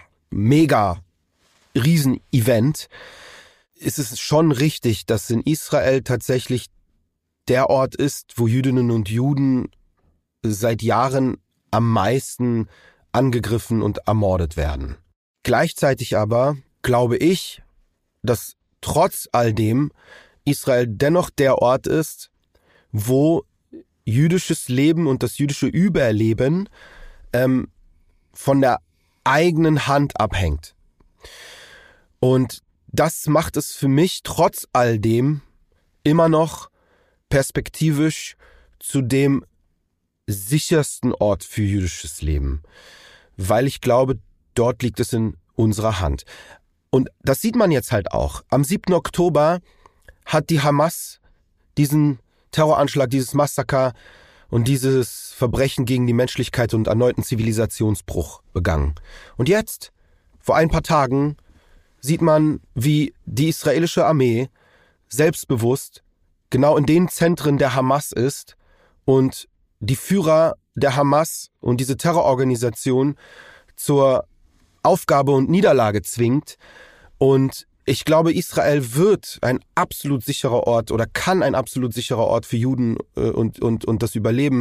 Mega-Riesen-Event, ist es schon richtig, dass in Israel tatsächlich der Ort ist, wo Jüdinnen und Juden seit Jahren am meisten angegriffen und ermordet werden. Gleichzeitig aber glaube ich, dass trotz all dem Israel dennoch der Ort ist, wo jüdisches Leben und das jüdische Überleben von der eigenen Hand abhängt. Und das macht es für mich trotz all dem immer noch perspektivisch zu dem sichersten Ort für jüdisches Leben. Weil ich glaube, dort liegt es in unserer Hand. Und das sieht man jetzt halt auch. Am 7. Oktober hat die Hamas diesen Terroranschlag, dieses Massaker und dieses Verbrechen gegen die Menschlichkeit und erneuten Zivilisationsbruch begangen. Und jetzt, vor ein paar Tagen, sieht man, wie die israelische Armee selbstbewusst genau in den Zentren der Hamas ist und die Führer der Hamas und diese Terrororganisation zur Aufgabe und Niederlage zwingt. Und ich glaube, Israel wird ein absolut sicherer Ort oder kann ein absolut sicherer Ort für Juden und das Überleben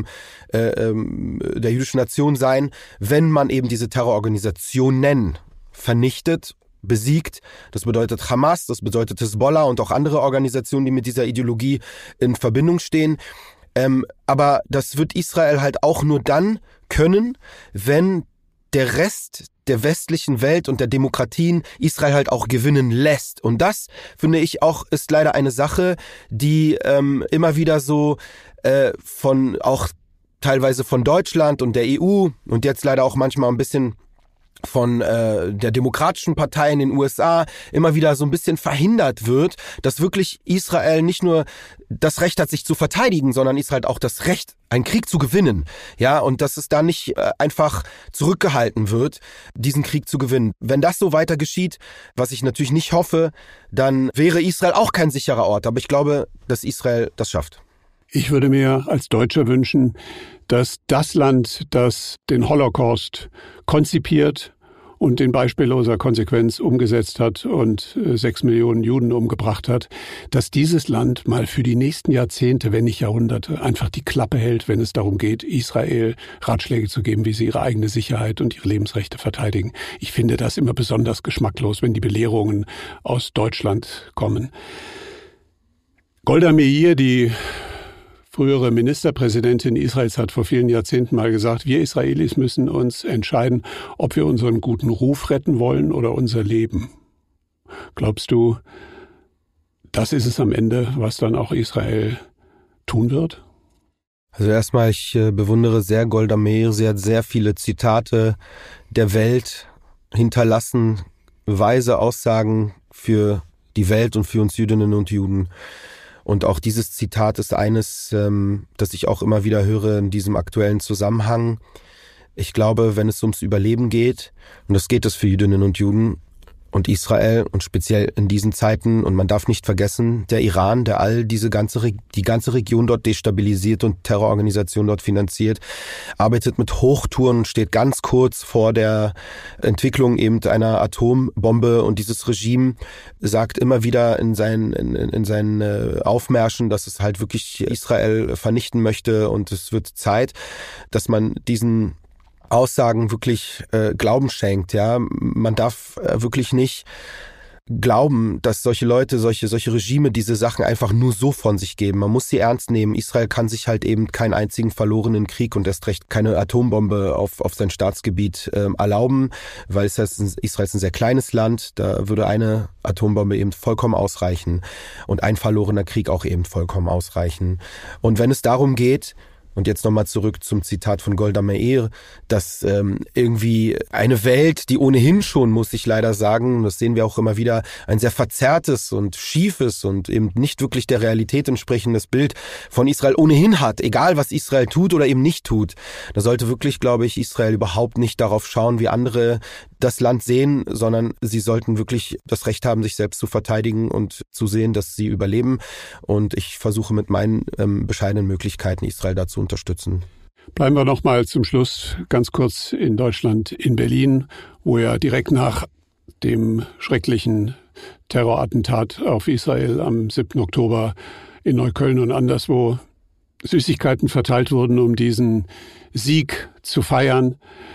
der jüdischen Nation sein, wenn man eben diese Terrororganisationen vernichtet, besiegt. Das bedeutet Hamas, das bedeutet Hezbollah und auch andere Organisationen, die mit dieser Ideologie in Verbindung stehen. Aber das wird Israel halt auch nur dann können, wenn der Rest der westlichen Welt und der Demokratien Israel halt auch gewinnen lässt. Und das, finde ich, auch ist leider eine Sache, die immer wieder so auch teilweise von Deutschland und der EU und jetzt leider auch manchmal ein bisschen von der Demokratischen Partei in den USA immer wieder so ein bisschen verhindert wird, dass wirklich Israel nicht nur das Recht hat, sich zu verteidigen, sondern Israel auch das Recht, einen Krieg zu gewinnen. Ja, und dass es da nicht einfach zurückgehalten wird, diesen Krieg zu gewinnen. Wenn das so weiter geschieht, was ich natürlich nicht hoffe, dann wäre Israel auch kein sicherer Ort. Aber ich glaube, dass Israel das schafft. Ich würde mir als Deutscher wünschen, dass das Land, das den Holocaust konzipiert und in beispielloser Konsequenz umgesetzt hat und 6 Millionen Juden umgebracht hat, dass dieses Land mal für die nächsten Jahrzehnte, wenn nicht Jahrhunderte, einfach die Klappe hält, wenn es darum geht, Israel Ratschläge zu geben, wie sie ihre eigene Sicherheit und ihre Lebensrechte verteidigen. Ich finde das immer besonders geschmacklos, wenn die Belehrungen aus Deutschland kommen. Golda Meir, die frühere Ministerpräsidentin Israels, hat vor vielen Jahrzehnten mal gesagt, wir Israelis müssen uns entscheiden, ob wir unseren guten Ruf retten wollen oder unser Leben. Glaubst du, das ist es am Ende, was dann auch Israel tun wird? Also erstmal, ich bewundere sehr Golda Meir. Sie hat sehr viele Zitate der Welt hinterlassen, weise Aussagen für die Welt und für uns Jüdinnen und Juden. Und auch dieses Zitat ist eines, das ich auch immer wieder höre in diesem aktuellen Zusammenhang. Ich glaube, wenn es ums Überleben geht, und das geht es für Jüdinnen und Juden und Israel und speziell in diesen Zeiten, und man darf nicht vergessen, der Iran, der die ganze Region dort destabilisiert und Terrororganisationen dort finanziert, arbeitet mit Hochtouren und steht ganz kurz vor der Entwicklung eben einer Atombombe, und dieses Regime sagt immer wieder in seinen Aufmärschen, dass es halt wirklich Israel vernichten möchte, und es wird Zeit, dass man diesen Aussagen wirklich Glauben schenkt. Ja, man darf wirklich nicht glauben, dass solche Leute, solche Regime diese Sachen einfach nur so von sich geben. Man muss sie ernst nehmen. Israel kann sich halt eben keinen einzigen verlorenen Krieg und erst recht keine Atombombe auf sein Staatsgebiet erlauben, weil Israel ist ein sehr kleines Land. Da würde eine Atombombe eben vollkommen ausreichen und ein verlorener Krieg auch eben vollkommen ausreichen. Und wenn es darum geht, und jetzt nochmal zurück zum Zitat von Golda Meir, dass irgendwie eine Welt, die ohnehin schon, muss ich leider sagen, das sehen wir auch immer wieder, ein sehr verzerrtes und schiefes und eben nicht wirklich der Realität entsprechendes Bild von Israel ohnehin hat, egal was Israel tut oder eben nicht tut. Da sollte wirklich, glaube ich, Israel überhaupt nicht darauf schauen, wie andere das Land sehen, sondern sie sollten wirklich das Recht haben, sich selbst zu verteidigen und zu sehen, dass sie überleben. Und ich versuche mit meinen bescheidenen Möglichkeiten, Israel dazu unterstützen. Bleiben wir noch mal zum Schluss ganz kurz in Deutschland, in Berlin, wo ja direkt nach dem schrecklichen Terrorattentat auf Israel am 7. Oktober in Neukölln und anderswo Süßigkeiten verteilt wurden, um diesen Sieg zu feiern.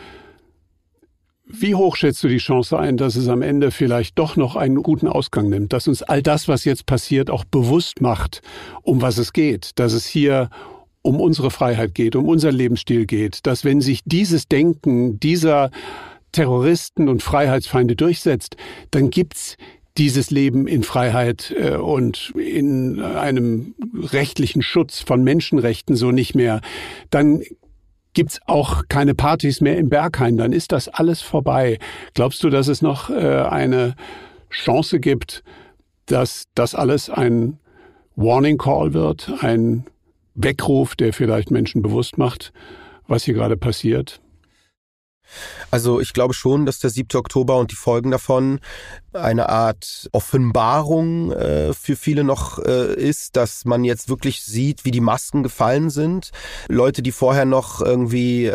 Wie hoch schätzt du die Chance ein, dass es am Ende vielleicht doch noch einen guten Ausgang nimmt, dass uns all das, was jetzt passiert, auch bewusst macht, um was es geht, dass es hier um unsere Freiheit geht, um unseren Lebensstil geht, dass wenn sich dieses Denken dieser Terroristen und Freiheitsfeinde durchsetzt, dann gibt's dieses Leben in Freiheit und in einem rechtlichen Schutz von Menschenrechten so nicht mehr. Dann gibt's auch keine Partys mehr im Berghain, dann ist das alles vorbei. Glaubst du, dass es noch eine Chance gibt, dass das alles ein Warning Call wird, ein Weckruf, der vielleicht Menschen bewusst macht, was hier gerade passiert? Also ich glaube schon, dass der 7. Oktober und die Folgen davon eine Art Offenbarung für viele noch ist, dass man jetzt wirklich sieht, wie die Masken gefallen sind. Leute, die vorher noch irgendwie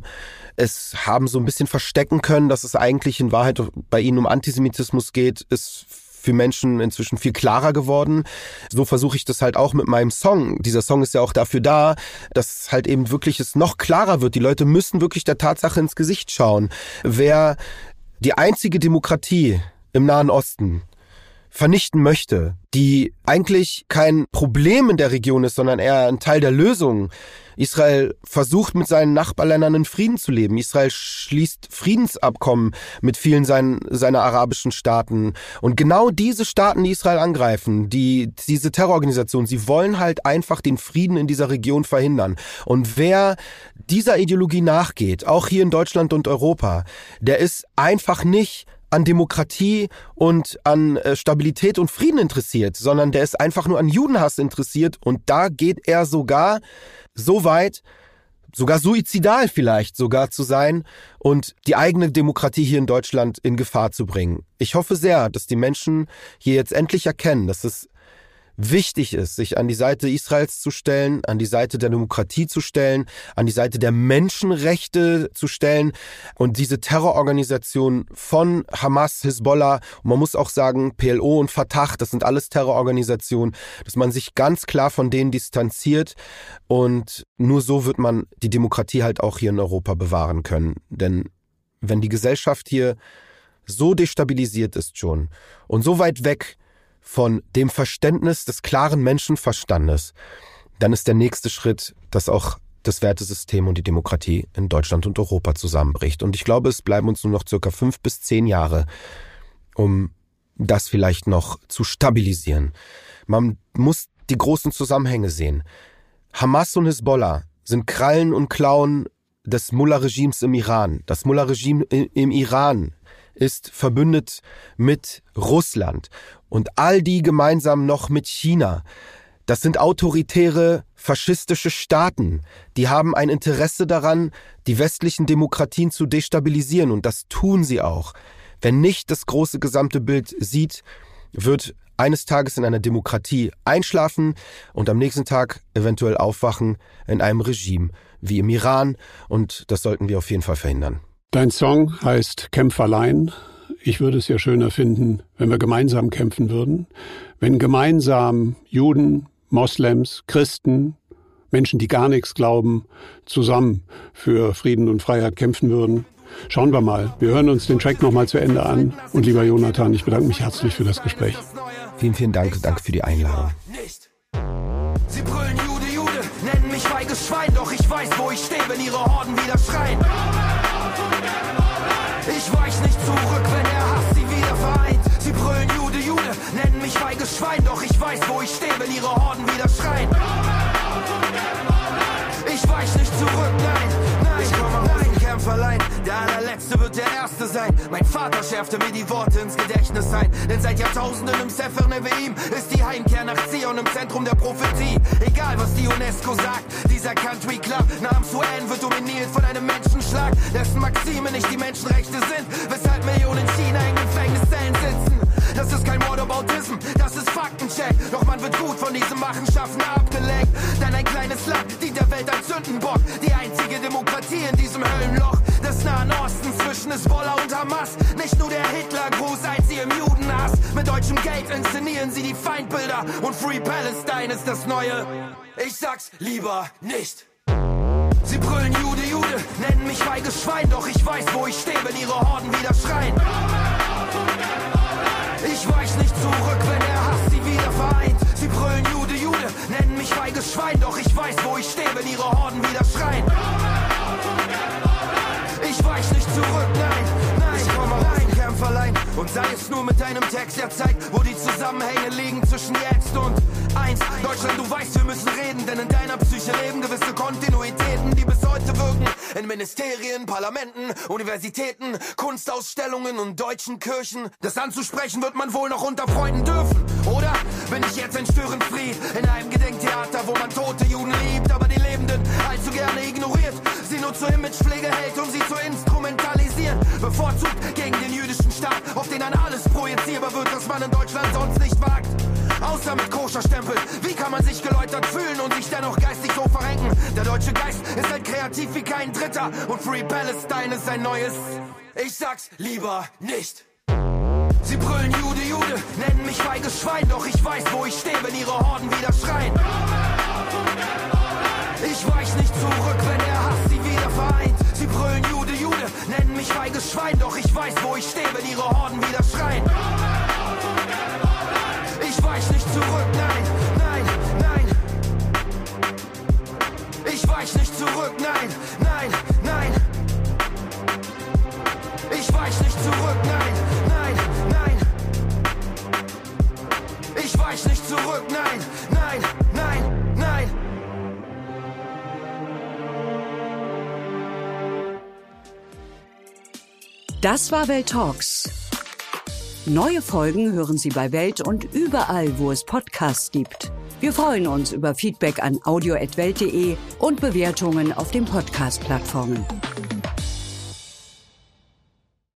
es haben so ein bisschen verstecken können, dass es eigentlich in Wahrheit bei ihnen um Antisemitismus geht, ist für Menschen inzwischen viel klarer geworden. So versuche ich das halt auch mit meinem Song. Dieser Song ist ja auch dafür da, dass halt eben wirklich es noch klarer wird. Die Leute müssen wirklich der Tatsache ins Gesicht schauen. Wer die einzige Demokratie im Nahen Osten vernichten möchte, die eigentlich kein Problem in der Region ist, sondern eher ein Teil der Lösung. Israel versucht mit seinen Nachbarländern in Frieden zu leben. Israel schließt Friedensabkommen mit vielen seiner arabischen Staaten. Und genau diese Staaten, die Israel angreifen, diese Terrororganisationen, sie wollen halt einfach den Frieden in dieser Region verhindern. Und wer dieser Ideologie nachgeht, auch hier in Deutschland und Europa, der ist einfach nicht an Demokratie und an Stabilität und Frieden interessiert, sondern der ist einfach nur an Judenhass interessiert und da geht er sogar so weit, sogar suizidal vielleicht sogar zu sein und die eigene Demokratie hier in Deutschland in Gefahr zu bringen. Ich hoffe sehr, dass die Menschen hier jetzt endlich erkennen, dass es wichtig ist, sich an die Seite Israels zu stellen, an die Seite der Demokratie zu stellen, an die Seite der Menschenrechte zu stellen und diese Terrororganisation von Hamas, Hisbollah, und man muss auch sagen PLO und Fatah, das sind alles Terrororganisationen, dass man sich ganz klar von denen distanziert und nur so wird man die Demokratie halt auch hier in Europa bewahren können. Denn wenn die Gesellschaft hier so destabilisiert ist schon und so weit weg von dem Verständnis des klaren Menschenverstandes, dann ist der nächste Schritt, dass auch das Wertesystem und die Demokratie in Deutschland und Europa zusammenbricht. Und ich glaube, es bleiben uns nur noch circa 5 bis 10 Jahre, um das vielleicht noch zu stabilisieren. Man muss die großen Zusammenhänge sehen. Hamas und Hisbollah sind Krallen und Klauen des Mullah-Regimes im Iran. Das Mullah-Regime im Iran ist verbündet mit Russland und all die gemeinsam noch mit China. Das sind autoritäre, faschistische Staaten. Die haben ein Interesse daran, die westlichen Demokratien zu destabilisieren und das tun sie auch. Wer nicht das große gesamte Bild sieht, wird eines Tages in einer Demokratie einschlafen und am nächsten Tag eventuell aufwachen in einem Regime wie im Iran und das sollten wir auf jeden Fall verhindern. Dein Song heißt Kämpf allein. Ich würde es ja schöner finden, wenn wir gemeinsam kämpfen würden. Wenn gemeinsam Juden, Moslems, Christen, Menschen, die gar nichts glauben, zusammen für Frieden und Freiheit kämpfen würden. Schauen wir mal. Wir hören uns den Track nochmal zu Ende an. Und lieber Jonathan, ich bedanke mich herzlich für das Gespräch. Vielen, vielen Dank. Danke für die Einladung. Sie brüllen Jude, Jude, nennen mich feiges Schwein, doch ich weiß, wo ich stehe, wenn ihre Horden wieder schreien. Ich weich nicht zurück, wenn der Hass sie wieder vereint. Sie brüllen Jude, Jude, nennen mich feiges Schwein, doch ich weiß, wo ich stehe, wenn ihre Horden wieder schreien. Ich weich nicht zurück, nein, nein, ich komme raus und kämpf allein. Der allerletzte wird der Erste sein. Mein Vater schärfte mir die Worte ins Gedächtnis ein. Denn seit Jahrtausenden im Sefer Nevi'im ist die Heimkehr nach Zion im Zentrum der Prophetie. Egal was die UNESCO sagt, dieser Country Club namens UN wird dominiert von einem Menschenschlag, dessen Maxime nicht die Menschenrechte sind, weshalb Millionen China in Gefängniszellen sitzen. Das ist kein Whataboutism, das ist Faktencheck. Doch man wird gut von diesem Machenschaften abgelenkt. Denn ein kleines Land dient der Welt als Sündenbock. Die einzige Demokratie in diesem Höllenloch des Nahen Ostens zwischen Hisbollah und Hamas. Nicht nur der Hitlergruß, als sie im Judenhass. Mit deutschem Geld inszenieren sie die Feindbilder. Und Free Palestine ist das Neue. Ich sag's lieber nicht. Sie brüllen Jude, Jude, nennen mich feiges Schwein. Doch ich weiß, wo ich stehe, wenn ihre Horden wieder schreien. Ich weich nicht zurück, wenn der Hass sie wieder vereint. Sie brüllen Jude, Jude, nennen mich feiges Schwein. Doch ich weiß, wo ich stehe, wenn ihre Horden wieder schreien. Ich weich nicht zurück, nein, nein, ich komme rein, kämpf allein. Und sei es nur mit einem Text, der zeigt, wo die Zusammenhänge liegen zwischen jetzt und eins. Deutschland, du weißt, wir müssen reden, denn in deiner Psyche leben gewisse Kontinuitäten, die bis heute wirken. In Ministerien, Parlamenten, Universitäten, Kunstausstellungen und deutschen Kirchen. Das anzusprechen wird man wohl noch unter Freunden dürfen, oder? Bin ich jetzt ein Störenfried in einem Gedenktheater, wo man tote Juden liebt, aber die Lebenden allzu gerne ignoriert. Sie nur zur Imagepflege hält, um sie zu instrumentalisieren. Bevorzugt gegen den jüdischen Staat, auf den dann alles projizierbar wird, das man in Deutschland sonst nicht wagt. Außer mit Koscherstempel. Wie kann man sich geläutert fühlen und sich dennoch geistig so verrenken? Der deutsche Geist ist halt kreativ wie kein Dritter und Free Palestine ist ein neues. Ich sag's lieber nicht. Sie brüllen Jude, Jude, nennen mich feiges Schwein, doch ich weiß, wo ich stehe, wenn ihre Horden wieder schreien. Ich weich nicht zurück, wenn der Hass sie wieder vereint. Sie brüllen Jude, Jude, nennen mich feiges Schwein, doch ich weiß, wo ich stehe, wenn ihre Horden wieder schreien. Ich weich nicht zurück, nein, nein, nein. Ich weich nicht zurück, nein, nein, nein. Ich weich nicht zurück, nein, nein, nein. Ich weich nicht zurück, nein, nein, nein, nein. Das war Welt Talks. Neue Folgen hören Sie bei Welt und überall, wo es Podcasts gibt. Wir freuen uns über Feedback an audio@welt.de und Bewertungen auf den Podcast-Plattformen.